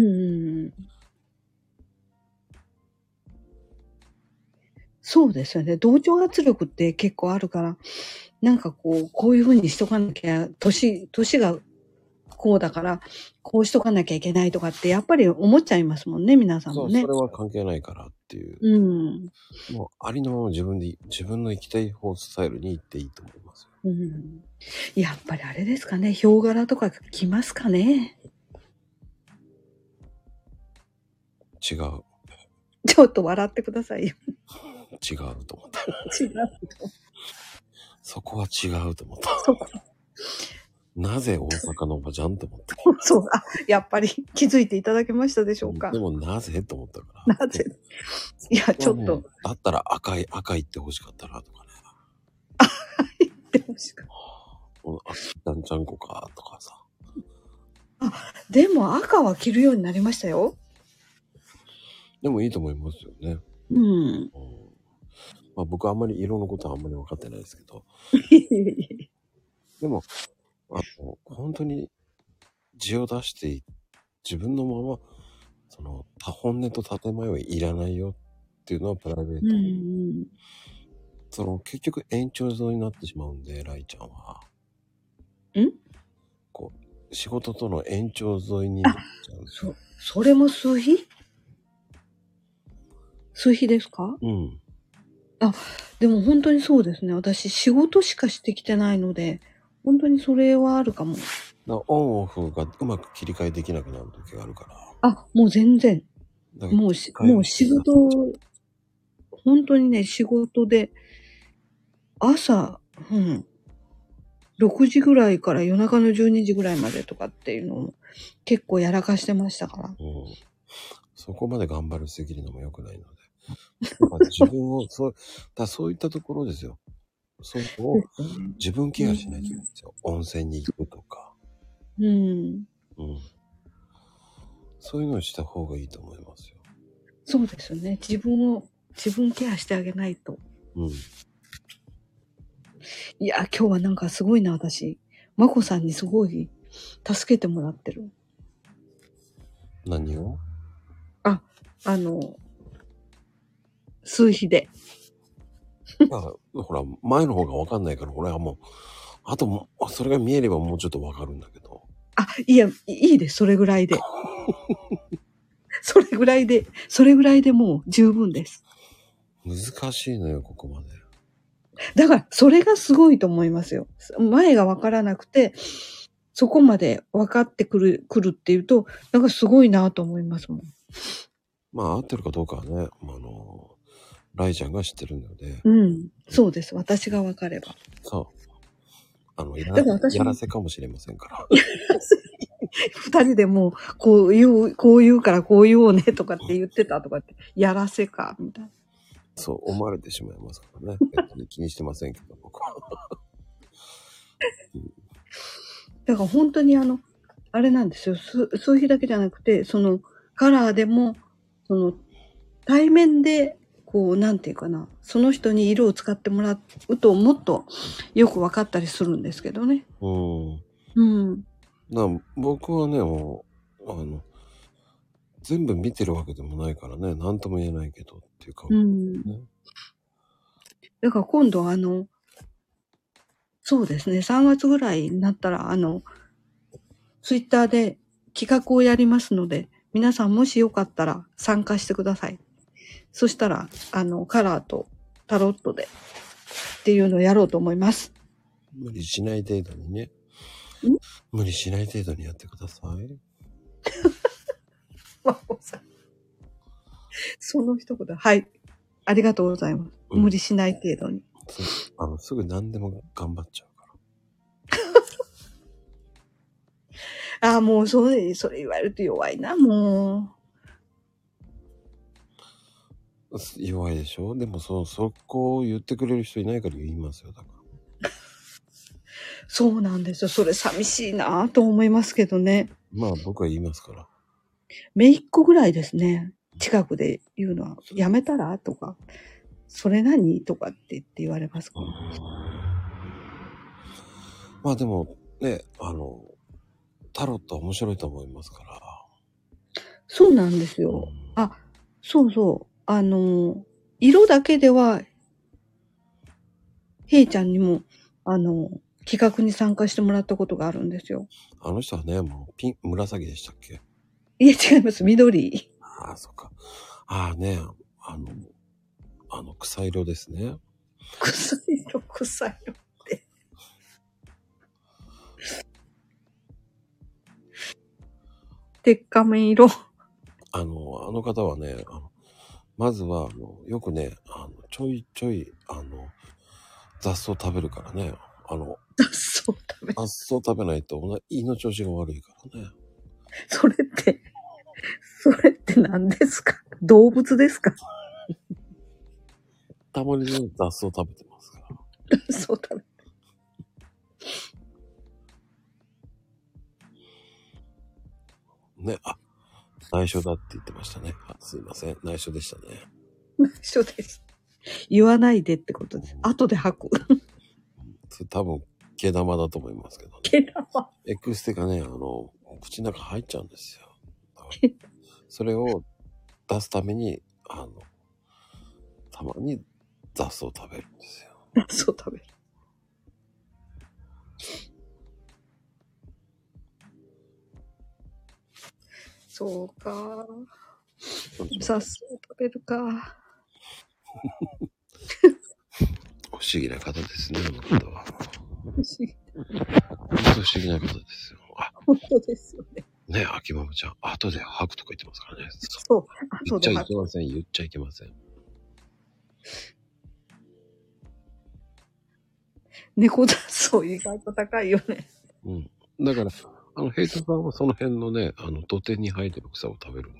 S3: そうですよね。同調圧力って結構あるから、なんかこういう風にしとかなきゃ、年がこうだから、こうしとかなきゃいけないとかって、やっぱり思っちゃいますもんね、皆さんもね。
S1: それは関係ないからっていう。もうありのまま自分の生きたい方スタイルに行っていいと思いますよ。
S3: やっぱりあれですかね、ヒョウ柄とか着ますかね。
S1: 違う。
S3: ちょっと笑ってくださいよ。
S1: 違うと思った。
S3: 違う。
S1: そこは違うと思った。 なぜ大阪のおばちゃんと思って。
S3: そう、やっぱり気づいていただけましたでしょうか。
S1: でもなぜと思ったから。
S3: なぜいや、ちょっと。
S1: だったら赤いって欲しかったなとかね。
S3: 赤いって欲しかった。
S1: 赤ちゃんこかとかさ。
S3: でも赤は着るようになりましたよ。
S1: でもいいと思いますよね。まあ僕はあんまり色のことはあんまり分かってないですけど。でも、本当に字を出して自分のまま、本音と建前はいらないよっていうのはプライベート。結局延長上になってしまうんで、ライちゃんは。仕事との延長沿いになっちゃう。
S3: それも数比ですか？でも本当にそうですね。私仕事しかしてきてないので、本当にそれはあるかも。
S1: オンオフがうまく切り替えできなくなる時があるから。
S3: もう全然。もう仕事、本当にね、仕事で、朝、6時ぐらいから夜中の12時ぐらいまでとかっていうのを結構やらかしてましたから。
S1: そこまで頑張るすぎるのも良くないので。自分を、そういったところですよ。そういうのを自分ケアしないといけないんですよ。温泉に行くとか。そういうのをした方がいいと思いますよ。
S3: そうですよね。自分ケアしてあげないと。いや、今日はなんかすごいな、私。まこさんにすごい助けてもらってる。
S1: 何を？
S3: 数比で。
S1: ほら、前の方がわかんないから、俺はもう、あと、それが見えればもうちょっとわかるんだけど。
S3: いや、いいです、それぐらいで。それぐらいでもう十分です。
S1: 難しいのよ、ここまで。
S3: だから、それがすごいと思いますよ。前がわからなくて、そこまで分かってくるっていうと、なんかすごいなと思いますもん。
S1: まあ、合ってるかどうかはね、ライちゃんが知ってるので。
S3: そうです。私が分かれば。
S1: そう。やらせかもしれませんから。
S3: 二人でもう、こう言うからこう言おうねとかって言ってたとかって、やらせか、みたいな。
S1: そう思われてしまいますからね。別に気にしてませんけど、僕は。
S3: だから本当にあれなんですよ。数比だけじゃなくて、カラーでも、対面で、なんていうかな、その人に色を使ってもらうと、もっとよく分かったりするんですけどね。
S1: 僕はね、もう、全部見てるわけでもないからね、なんとも言えないけどっていう感じですね。
S3: だから今度そうですね、3月ぐらいになったら、ツイッターで企画をやりますので、皆さんもしよかったら参加してください。そしたら、カラーとタロットでっていうのをやろうと思います。
S1: 無理しない程度にね。無理しない程度にやってください。
S3: その一言、はい。ありがとうございます。無理しない程度に。
S1: すぐ何でも頑張っちゃうから。
S3: もうそれ言われると弱いな、も
S1: う。弱いでしょ？でもそこを言ってくれる人いないから言いますよ、だから。
S3: そうなんですよ。それ寂しいなと思いますけどね。
S1: まあ僕は言いますから。
S3: 姪っ子ぐらいですね。近くで言うのは、やめたらとか、それ何とかって言われますか？
S1: まあでもね、タロット面白いと思いますから。
S3: そうなんですよ。そうそう。色だけでは、ヘイちゃんにも、企画に参加してもらったことがあるんですよ。
S1: あの人はね、もう紫でしたっけ？
S3: いえ、違います。緑。
S1: そっか。ね、草色ですね。
S3: 草色って。鉄仮面色。
S1: あの方はね、まずは、よくね、ちょいちょい、雑草食べるからね、
S3: 雑草食べる。
S1: 雑草食べないと胃の調子が悪いからね。
S3: それって何ですか？動物ですか？
S1: たまにね、雑草食べてますから。
S3: 雑草食べる。
S1: ね、内緒だって言ってましたね。すいません。内緒でしたね。
S3: 内緒です。言わないでってことです。後で吐く。
S1: それ多分、毛玉だと思いますけどね。
S3: 毛玉。
S1: エクステがね、口の中入っちゃうんですよ。それを出すために、たまに雑草を食べるんですよ。
S3: 雑草食べる。そうか。雑草食べるか。
S1: 不思議な方ですね、この方は。
S3: 不思議。
S1: 本当不思議な方ですよ。
S3: 本当ですよね。
S1: ね、秋ママちゃん、後で吐くとか言ってますからね。
S3: そう。
S1: 言っちゃいけません。言っちゃいけません。
S3: 猫雑草意外と高いよね。
S1: うん。だから、ヘイトさんはその辺のね、土手に生えてる草を食べるんで。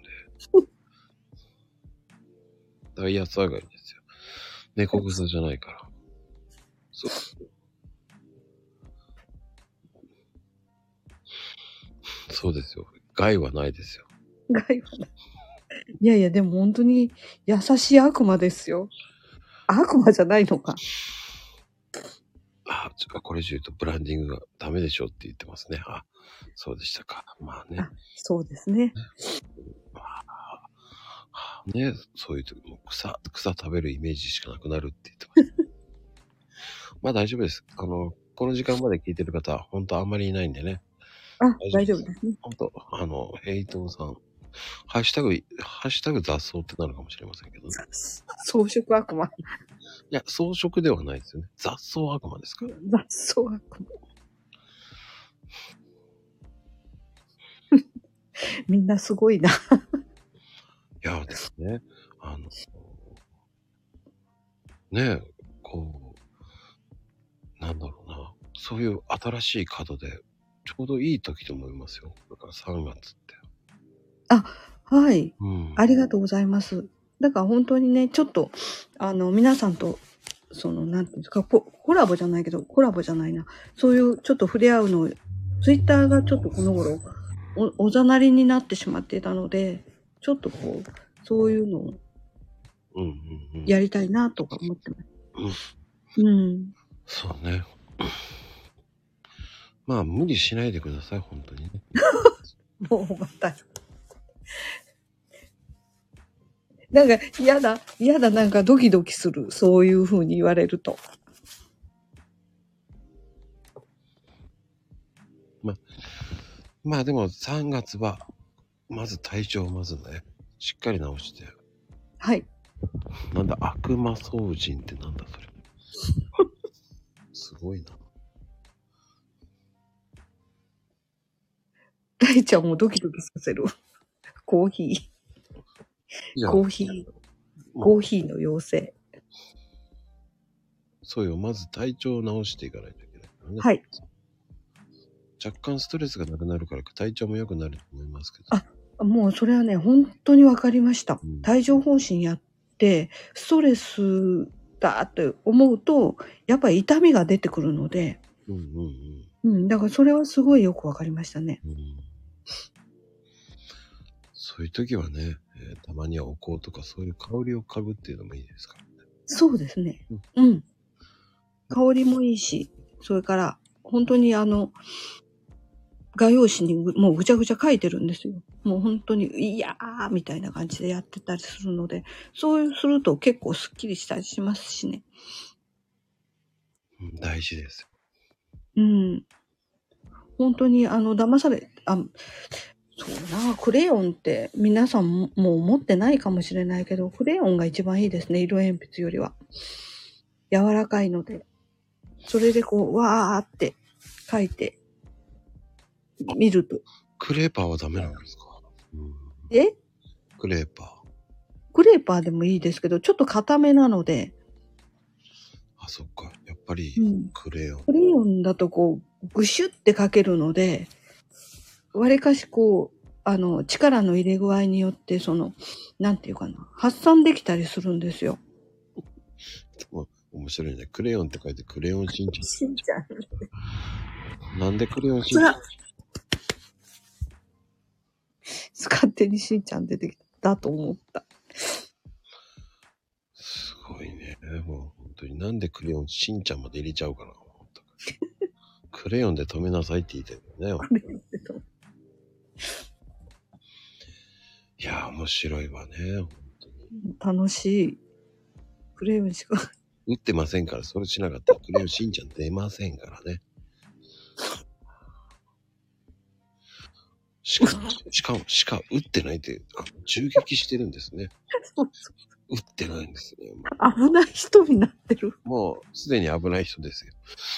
S1: だから安上がりですよ。猫草じゃないから。そう。そうですよ。害はないですよ。
S3: 害はない。いやいや、でも本当に優しい悪魔ですよ。悪魔じゃないのか。
S1: これ以上言うとブランディングがダメでしょって言ってますね。そうでしたか。まあね。
S3: そうですね。
S1: ね、そういう時も草食べるイメージしかなくなるって言ってました。まあ大丈夫です。この時間まで聞いてる方、本当あんまりいないんでね。
S3: 大丈夫ですね。
S1: 本当ヘイトさん、ハッシュタグ雑草ってなるかもしれませんけどね。
S3: 草食悪魔。
S1: いや、草食ではないですよね。雑草悪魔ですから。
S3: 雑草悪魔。みんなすごいな。い
S1: やですね、ね、なんだろうな。そういう新しい角で、ちょうどいい時と思いますよ。だから3月って。
S3: はい。
S1: うん。
S3: ありがとうございます。だから本当にね、ちょっと、皆さんと、なんていうんですか、コラボじゃないけど、コラボじゃないな。そういうちょっと触れ合うの、ツイッターがちょっとこの頃、おざなりになってしまっていたので、ちょっとそういうのをやりたいなとか思ってます。
S1: そうね。まあ、無理しないでください、本当にね。
S3: もうまた。なんか嫌だ、なんかドキドキする。そういう風に言われると。
S1: まあでも3月は、まず体調をまずね、しっかり直して。
S3: はい。
S1: なんだ、悪魔掃除ってなんだそれ。すごいな。
S3: 大ちゃんもドキドキさせる。コーヒーの妖精。
S1: そうよ、まず体調を直していかないといけないからね。
S3: はい。
S1: 若干ストレスがなくなるから体調も良くなると思いますけど。
S3: もうそれはね、本当にわかりました。帯状疱疹やって、ストレスだって思うと、やっぱり痛みが出てくるので、だからそれはすごいよくわかりましたね。
S1: そういう時はね、たまにはお香とかそういう香りを嗅ぐっていうのもいいですからね。
S3: そうですね。香りもいいし、それから本当に画用紙にもうぐちゃぐちゃ書いてるんですよ。もう本当に、いやーみたいな感じでやってたりするので、そうすると結構スッキリしたりしますしね。
S1: 大事です。
S3: 本当に騙され、そうな、クレヨンって皆さんもう持ってないかもしれないけど、クレヨンが一番いいですね、色鉛筆よりは。柔らかいので。それでわーって書いて、見ると。
S1: クレーパーはダメなんですか？クレーパーでもいいですけど、ちょっと固めなので。 あ、そっか。やっぱり
S3: うん。
S1: クレヨン。
S3: クレヨンだとこう、ぐしゅって書けるので、わりかしこう、力の入れ具合によって、なんていうかな、発散できたりするんですよ。
S1: 面白いね。クレヨンって書いてクレヨンしんち
S3: しんちゃん。
S1: ゃん。なんでクレヨンしんちゃん？
S3: 勝手にしんちゃん出てきたと思った。
S1: すごいね。もう本当になんでクレヨンしんちゃんまで入れちゃうかな。クレヨンで止めなさいって言ってるよね。いやー、面白いわね。本
S3: 当に楽しい。クレヨンしか。
S1: 打ってませんから、それしなかったらクレヨンしんちゃん出ませんからね。しか打ってないって、銃撃してるんですね。打ってないんですね。
S3: 危ない人になってる。
S1: もうすでに危ない人ですよ。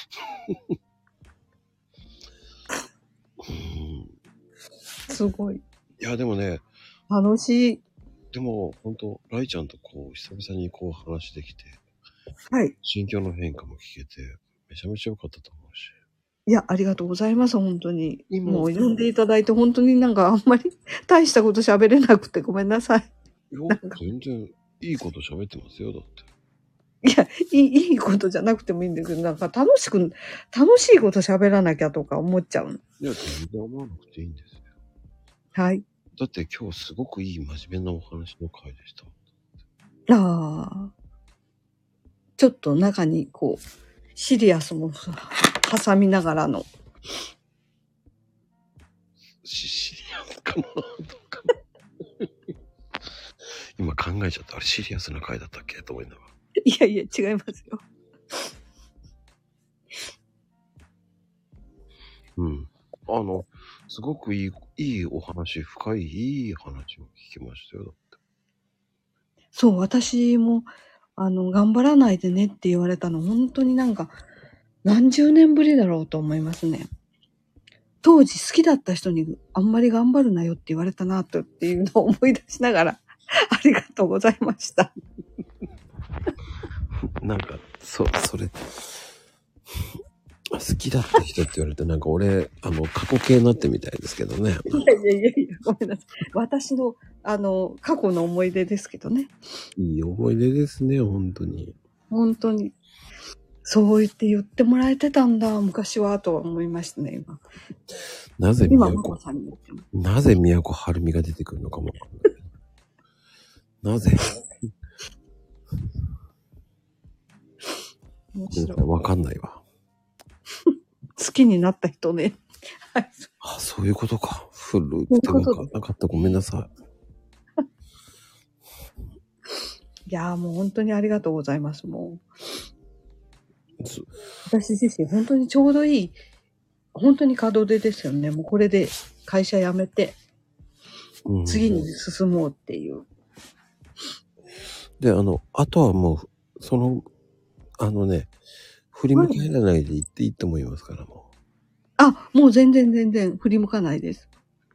S3: すごい。
S1: いや、でもね、
S3: 楽しい。
S1: でも、本当ライちゃんとこう、久々にこう話できて、
S3: はい。
S1: 心境の変化も聞けて、めちゃめちゃ良かったと思うし。
S3: いや、ありがとうございます、本当に。もう呼んでいただいて、本当になんかあんまり大したこと喋れなくてごめんなさい。
S1: いや、全然いいこと喋ってますよ、だって。
S3: いや、いいことじゃなくてもいいんだけど、なんか楽しいこと喋らなきゃとか思っちゃう。
S1: いや、全然思わなくていいんですよ。
S3: はい。
S1: だって今日すごくいい真面目なお話の回でした。
S3: ああ。ちょっと中にこう、シリアスも挟みながらの。
S1: シリアスかなどうかな今考えちゃった。あれシリアスな回だったっけと思いながら。
S3: いやいや、違いますよ。
S1: うん。すごくいいお話、深いいい話を聞きましたよ。だって。
S3: そう、私も、頑張らないでねって言われたの、本当になんか、何十年ぶりだろうと思いますね。当時好きだった人にあんまり頑張るなよって言われたなとっていうのを思い出しながら、ありがとうございました。
S1: なんか、それ、好きだった人って言われて、なんか俺、過去形になってみたいですけどね。
S3: いや、ごめんなさい。私の、過去の思い出ですけどね。
S1: いい思い出ですね、本当に。
S3: 本当に。そう言ってもらえてたんだ、昔は、とは思いましたね、今。
S1: なぜ
S3: 今、マコさんに言ってます。
S1: なぜ宮古春美が出てくるのかもわかんない。なぜ
S3: 面白い。
S1: わかんないわ。
S3: 好きになった人ね。はい。
S1: あ、そういうことか。古くてわかんなかった。ごめんなさい。
S3: いやーもう本当にありがとうございます。もう。私自身本当にちょうどいい、本当に門出ですよね。もうこれで会社辞めて、次に進もうっていう。
S1: で、あとはもう、振り向かないで言っていいと思いますから、もう。
S3: あ、もう全然振り向かないです。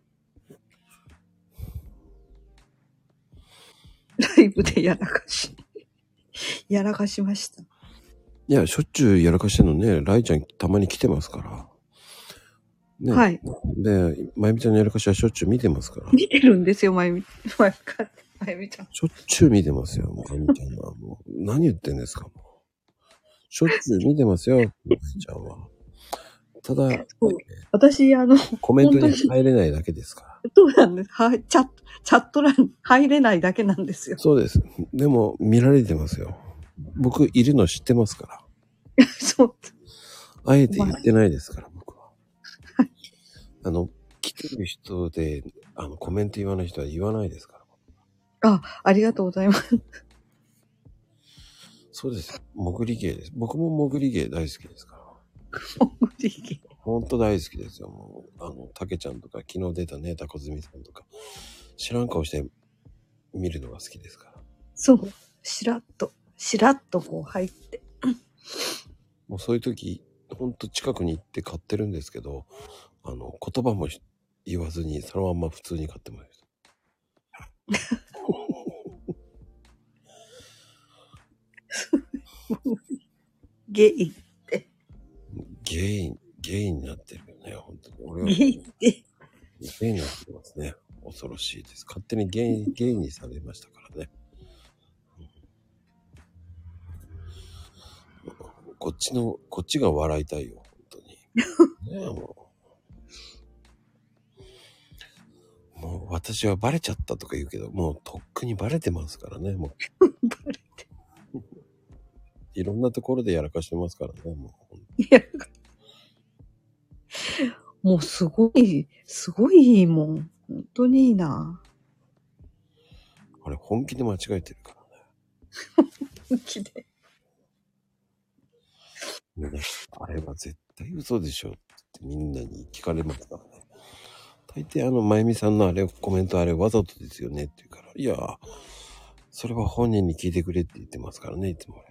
S3: ライブでやらかしました。
S1: いや、しょっちゅうやらかしてんのね、ライちゃんたまに来てますから。ね。
S3: はい。
S1: で、まゆみちゃんのやらかしはしょっちゅう見てますから。
S3: 見てるんですよ、まゆみちゃん。
S1: しょっちゅう見てますよ、まゆみちゃんは。もう、何言ってんですか、もう。しょっちゅう見てますよ、まゆみちゃんは。ただ、
S3: 私、
S1: コメントに入れないだけですから。
S3: そうなんです。はい。チャット欄に入れないだけなんですよ。
S1: そうです。でも、見られてますよ。僕、いるの知ってますから。
S3: そう。
S1: あえて言ってないですから、僕は。来てる人で、コメント言わない人は言わないですから。
S3: ありがとうございます。
S1: そうです。潜り芸です。僕も潜り芸大好きですから。
S3: 潜り芸。
S1: ほんと大好きですよ。もう、たけちゃんとか、昨日出たね、たこずみさんとか、知らん顔して見るのが好きですから。
S3: そう。しらっとこう入って。
S1: もうそういう時、ほんと近くに行って買ってるんですけど、言葉も言わずに、そのまんま普通に買ってました。
S3: ゲイって。
S1: ゲイになってるよね、本当に。俺は
S3: ゲイって。
S1: ゲイになってますね。恐ろしいです。勝手にゲイにされましたからね。こっちが笑いたいよ、本当に。ねえ、もう私はバレちゃったとか言うけど、もうとっくにバレてますからね、もう。
S3: バレて。
S1: いろんなところでやらかしてますからね、もう。
S3: いや、もうすごいいいもん。本当にいいな。
S1: あれ、本気で間違えてるからね。
S3: 本気で。
S1: みんな、あれは絶対嘘でしょってみんなに聞かれますからね。大抵まゆみさんのあれコメントあれわざとですよねって言うから、いや、それは本人に聞いてくれって言ってますからね、いつも俺。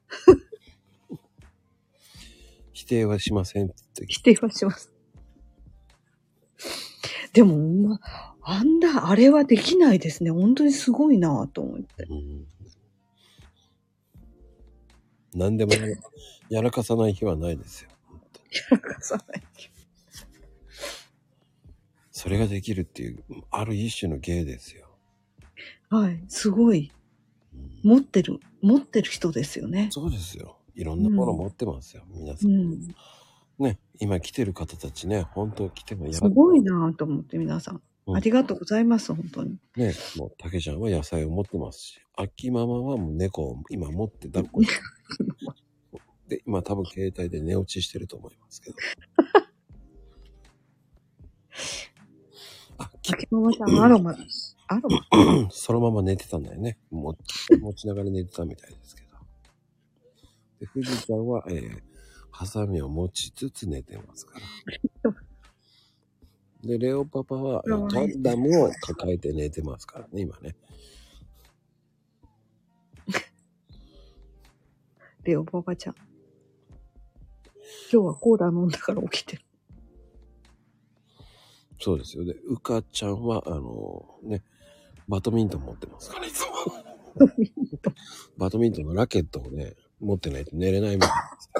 S1: 否定はしませんって言って。
S3: 否定はします。でも、あれはできないですね。本当にすごいなと思って。
S1: 何でもやらかさない日はないですよ。
S3: やらかさない日。
S1: それができるっていう、ある一種の芸ですよ。
S3: はい、すごい。持ってる人ですよね。
S1: そうですよ。いろんなもの持ってますよ、皆さん。ね、今来てる方たちね、本当来ても
S3: すごいなと思って皆さん。ありがとうございます、本当に。
S1: ね、もう、たけちゃんは野菜を持ってますし、あきママはもう猫を今持って抱っこして。で、今多分携帯で寝落ちしてると思いますけど。
S3: あきママさん、アロマです。アロマ
S1: そのまま寝てたんだよね。持ちながら寝てたみたいですけど。で、富士ちゃんは、ハサミを持ちつつ寝てますから。で、レオパパはガンダムを抱えて寝てますからね、今ね。
S3: レオパパちゃん。今日はコーラ飲んだから起きてる。
S1: そうですよね。うかちゃんは、ね、バドミントン持ってますから、いつも。バドミントンのラケットをね、持ってないと寝れないみたい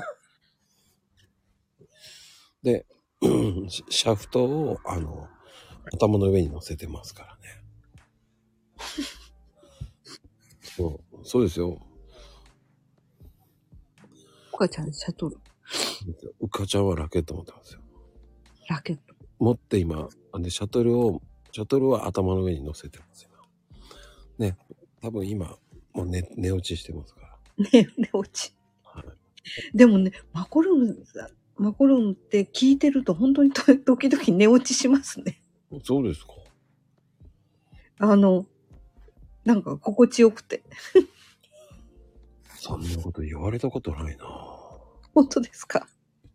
S1: です。で、シャフトを、頭の上に乗せてますからね。そうですよ。
S3: うかちゃん、シャトル。
S1: うかちゃんはラケット持ってますよ。
S3: ラケット。
S1: 持って今、で、シャトルは頭の上に乗せてますよ。ね、多分今、もう寝落ちしてますから。
S3: 寝落ち。はい。でもね、マコルームって聞いてると本当に時々寝落ちしますね。
S1: そうですか。
S3: なんか心地よくて。
S1: そんなこと言われたことないな。
S3: 本当ですか？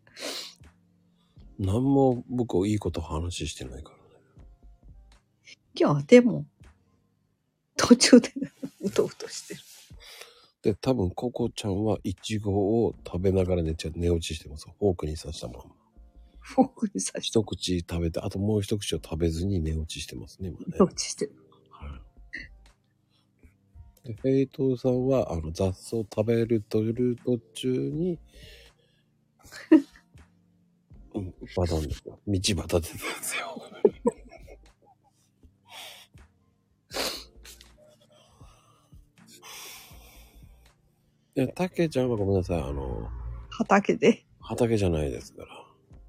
S1: 何も僕はいいこと話してないからね。
S3: いや、でも、途中でうとうとしてる。
S1: で、多分ココちゃんはイチゴを食べながら寝落ちしてます。フォークに刺したまま。
S3: フォークに刺した。
S1: 一口食べて、あともう一口を食べずに寝落ちしてますね、今ね。
S3: 寝落ちしてる。
S1: はい。で、フェイトさんは、雑草食べる途中に、バタンですよ。道端出てたんですよ。いや、たけちゃんはごめんなさい、
S3: 畑
S1: じゃないですから。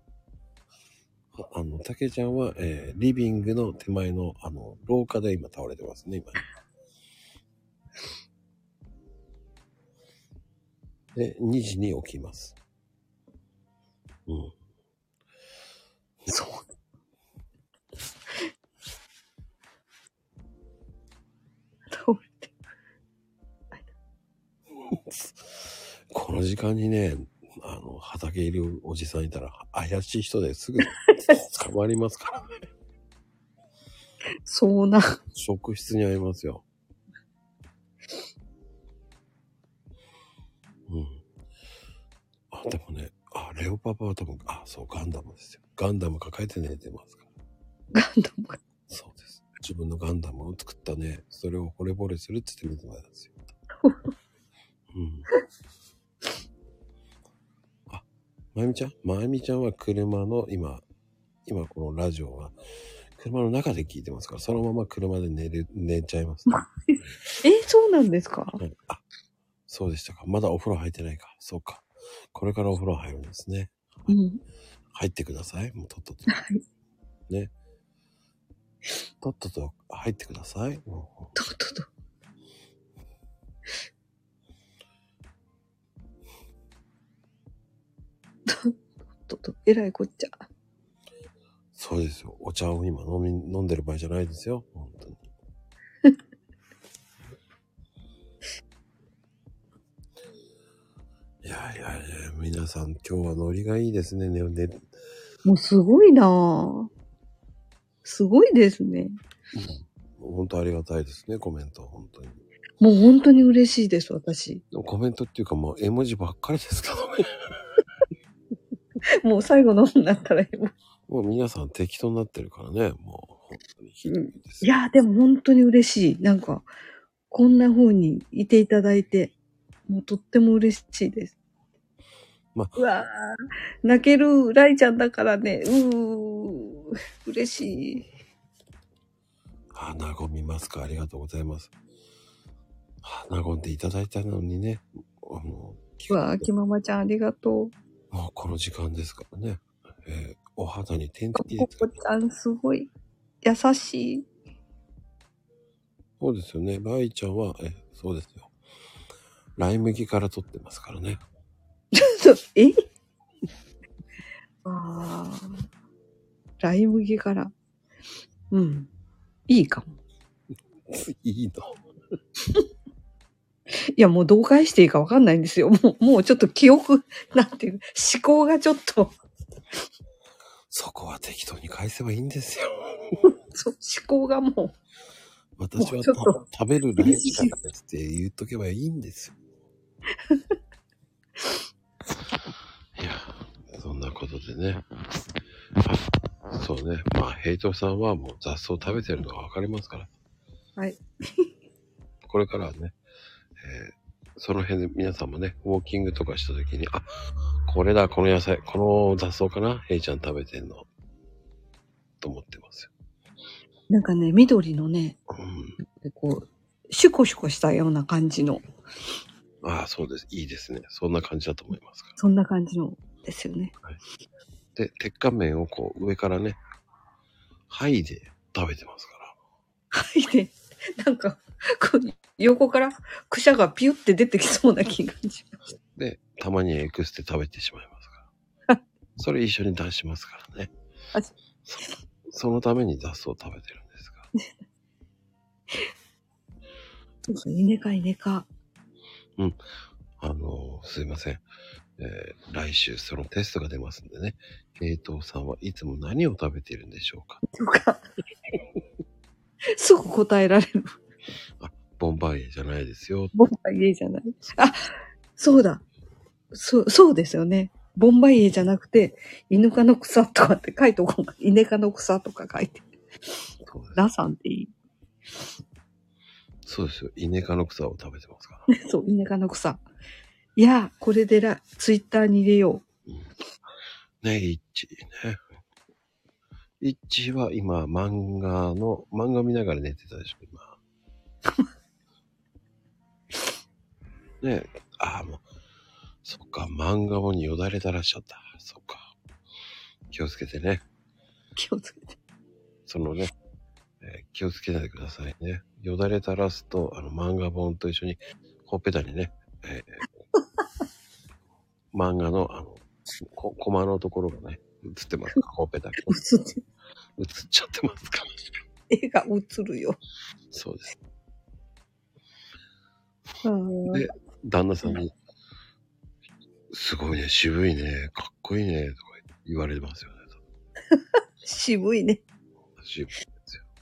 S1: たけちゃんは、リビングの手前の、廊下で今倒れてますね、今。で、2時に起きます。うん。
S3: そう。倒れて。
S1: この時間にね、畑いるおじさんいたら怪しい人ですぐ捕まりますからね。
S3: そうな。
S1: 職質に遭いますよ。うん。でもね、レオパパは多分、そう、ガンダムですよ。ガンダム抱えて寝てますから。
S3: ガンダムが。
S1: そうです。自分のガンダムを作ったね、それを惚れ惚れするって言ってみたんですよ。うん。 まゆみちゃんは車の今このラジオは車の中で聞いてますから、そのまま車で寝ちゃいます。
S3: そうなんですか？
S1: はい、あ、そうでしたか。まだお風呂入ってないか。そうか。これからお風呂入るんですね。
S3: うん。
S1: 入ってください。もうとっとと。
S3: はい。
S1: ね。とっとと入ってください。も
S3: とっとと。とっとと。えらいこっちゃ。
S1: そうですよ。お茶を今飲んでる場合じゃないですよ。本当に。いや、皆さん今日はノリがいいですね。
S3: もうすごいなぁ。すごいですね。
S1: 本当ありがたいですね、コメント。本当に。
S3: もう本当に嬉しいです、私。
S1: コメントっていうかもう絵文字ばっかりですけどね。
S3: もう最後のになったら、
S1: もう皆さん適当になってるからね。もう本当にひどいですよ。
S3: いや、でも本当に嬉しい。なんか、こんな風にいていただいて、もうとっても嬉しいです。
S1: まあ、
S3: うわぁ、泣けるライちゃんだからね、嬉しい。
S1: 和みますか。ありがとうございます。和んでいただいたのにね。
S3: うわぁ、きままちゃんありがとう。
S1: もうこの時間ですからね。お肌に点
S3: こ
S1: 滴ですか
S3: こちゃんすごい優しい。
S1: そうですよね。ライちゃんは、そうですよ。ライ麦から取ってますからね。
S3: ああ、ライ麦から。うん。いいかも。
S1: いいの。
S3: いや、もうどう返していいかわかんないんですよ。もうちょっと記憶、なんていう、思考がちょっと。
S1: そこは適当に返せばいいんですよ。
S3: そう、思考がもう。
S1: 私は
S3: ちょっと
S1: 食べるライチからですって言っとけばいいんですよ。いや、そんなことでね。そうね。まあ、ヘイトさんはもう雑草食べてるのがわかりますから。
S3: はい。
S1: これからはね、その辺で皆さんもね、ウォーキングとかした時に、あ、これだ、この野菜、この雑草かな、ヘイちゃん食べてんの。と思ってますよ。
S3: なんかね、緑のね、こう、シュコシュコしたような感じの。
S1: ああ、そうです。いいですね。そんな感じだと思いますから。
S3: そんな感じのですよね。
S1: はい。で、鉄火麺をこう上からね、剥いで食べてますから。
S3: はいで、なんか、こう横からくしゃがピュって出てきそうな気がします。
S1: で、たまにエクステ食べてしまいますから。それ一緒に出しますからね。そのために雑草を食べてるんですが。
S3: そうそう、稲か。
S1: うん。すいません。来週そのテストが出ますんでね。平等さんはいつも何を食べているんでしょうか。
S3: とか、すぐ答えられる。
S1: ボンバイエじゃないですよ。
S3: ボンバイエじゃない。あ、そうだ。そうですよね。ボンバイエじゃなくて、犬科の草とかって書いておこうか。稲科の草とか書いて。ラさんでいい。
S1: そうですよ。イネ科の草を食べてますから。
S3: そう、稲科の草。いや、これでツイッターに入れよう。
S1: ね、イッチね。イッチは今、漫画見ながら寝てたでしょ、今。ね、もう、そっか、漫画本によだれ垂らしちゃった。そっか。気をつけてね。
S3: 気をつけて。
S1: そのね、気をつけないでくださいね。よだれ垂らすと、漫画本と一緒に、ほっぺたにね、漫画の、コマのところがね、映ってますか、ほっぺたに。映っちゃってますか。
S3: 絵が映るよ。
S1: そうです。
S3: で、
S1: 旦那さんに、すごいね、渋いね、かっこいいね、とか言われてますよね。
S3: 渋いね。
S1: 渋いですよ。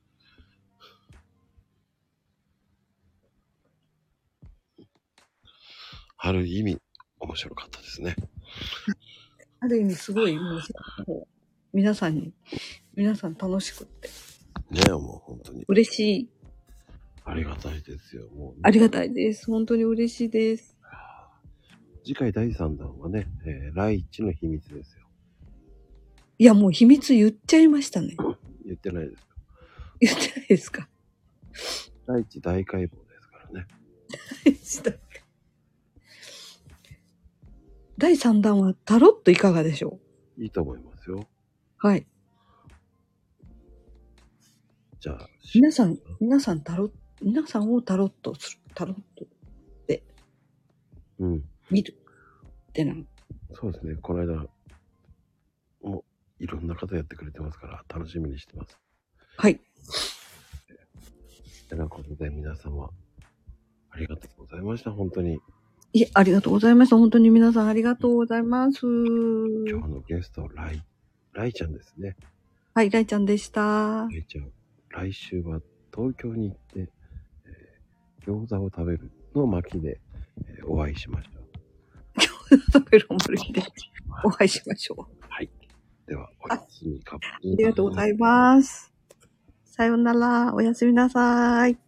S1: ある意味、面白かったですね。
S3: ある意味すごい、もう皆さん楽しくって。
S1: ね、もう本当に。
S3: 嬉しい。
S1: ありがたいですよ。もう、ね、
S3: ありがたいです。本当に嬉しいです。
S1: 次回第3弾はね、ライチの秘密ですよ。
S3: いや、もう秘密言っちゃいましたね。
S1: 言ってないですよ。
S3: 言ってないですか？
S1: ライチ大解剖ですからね。
S3: 第3弾はタロットいかがでしょ
S1: う？いいと思いますよ。
S3: はい。
S1: じゃあ、
S3: 皆さんをタロットする。タロットで見るってなの。
S1: そうですね。この間、もういろんな方やってくれてますから楽しみにしてます。
S3: はい。
S1: てなことで皆様ありがとうございました。本当に。
S3: いえ、ありがとうございました。本当に皆さんありがとうございます。
S1: 今日のゲスト、ライちゃんですね。
S3: はい、ライちゃんでした。
S1: ライちゃん、来週は東京に行って、餃子を食べるの巻で、お会いしましょう。
S3: 餃子食べる巻でお会いしましょう。
S1: はい。では、おやすみか。
S3: ありがとうございます。さようなら。おやすみなさい。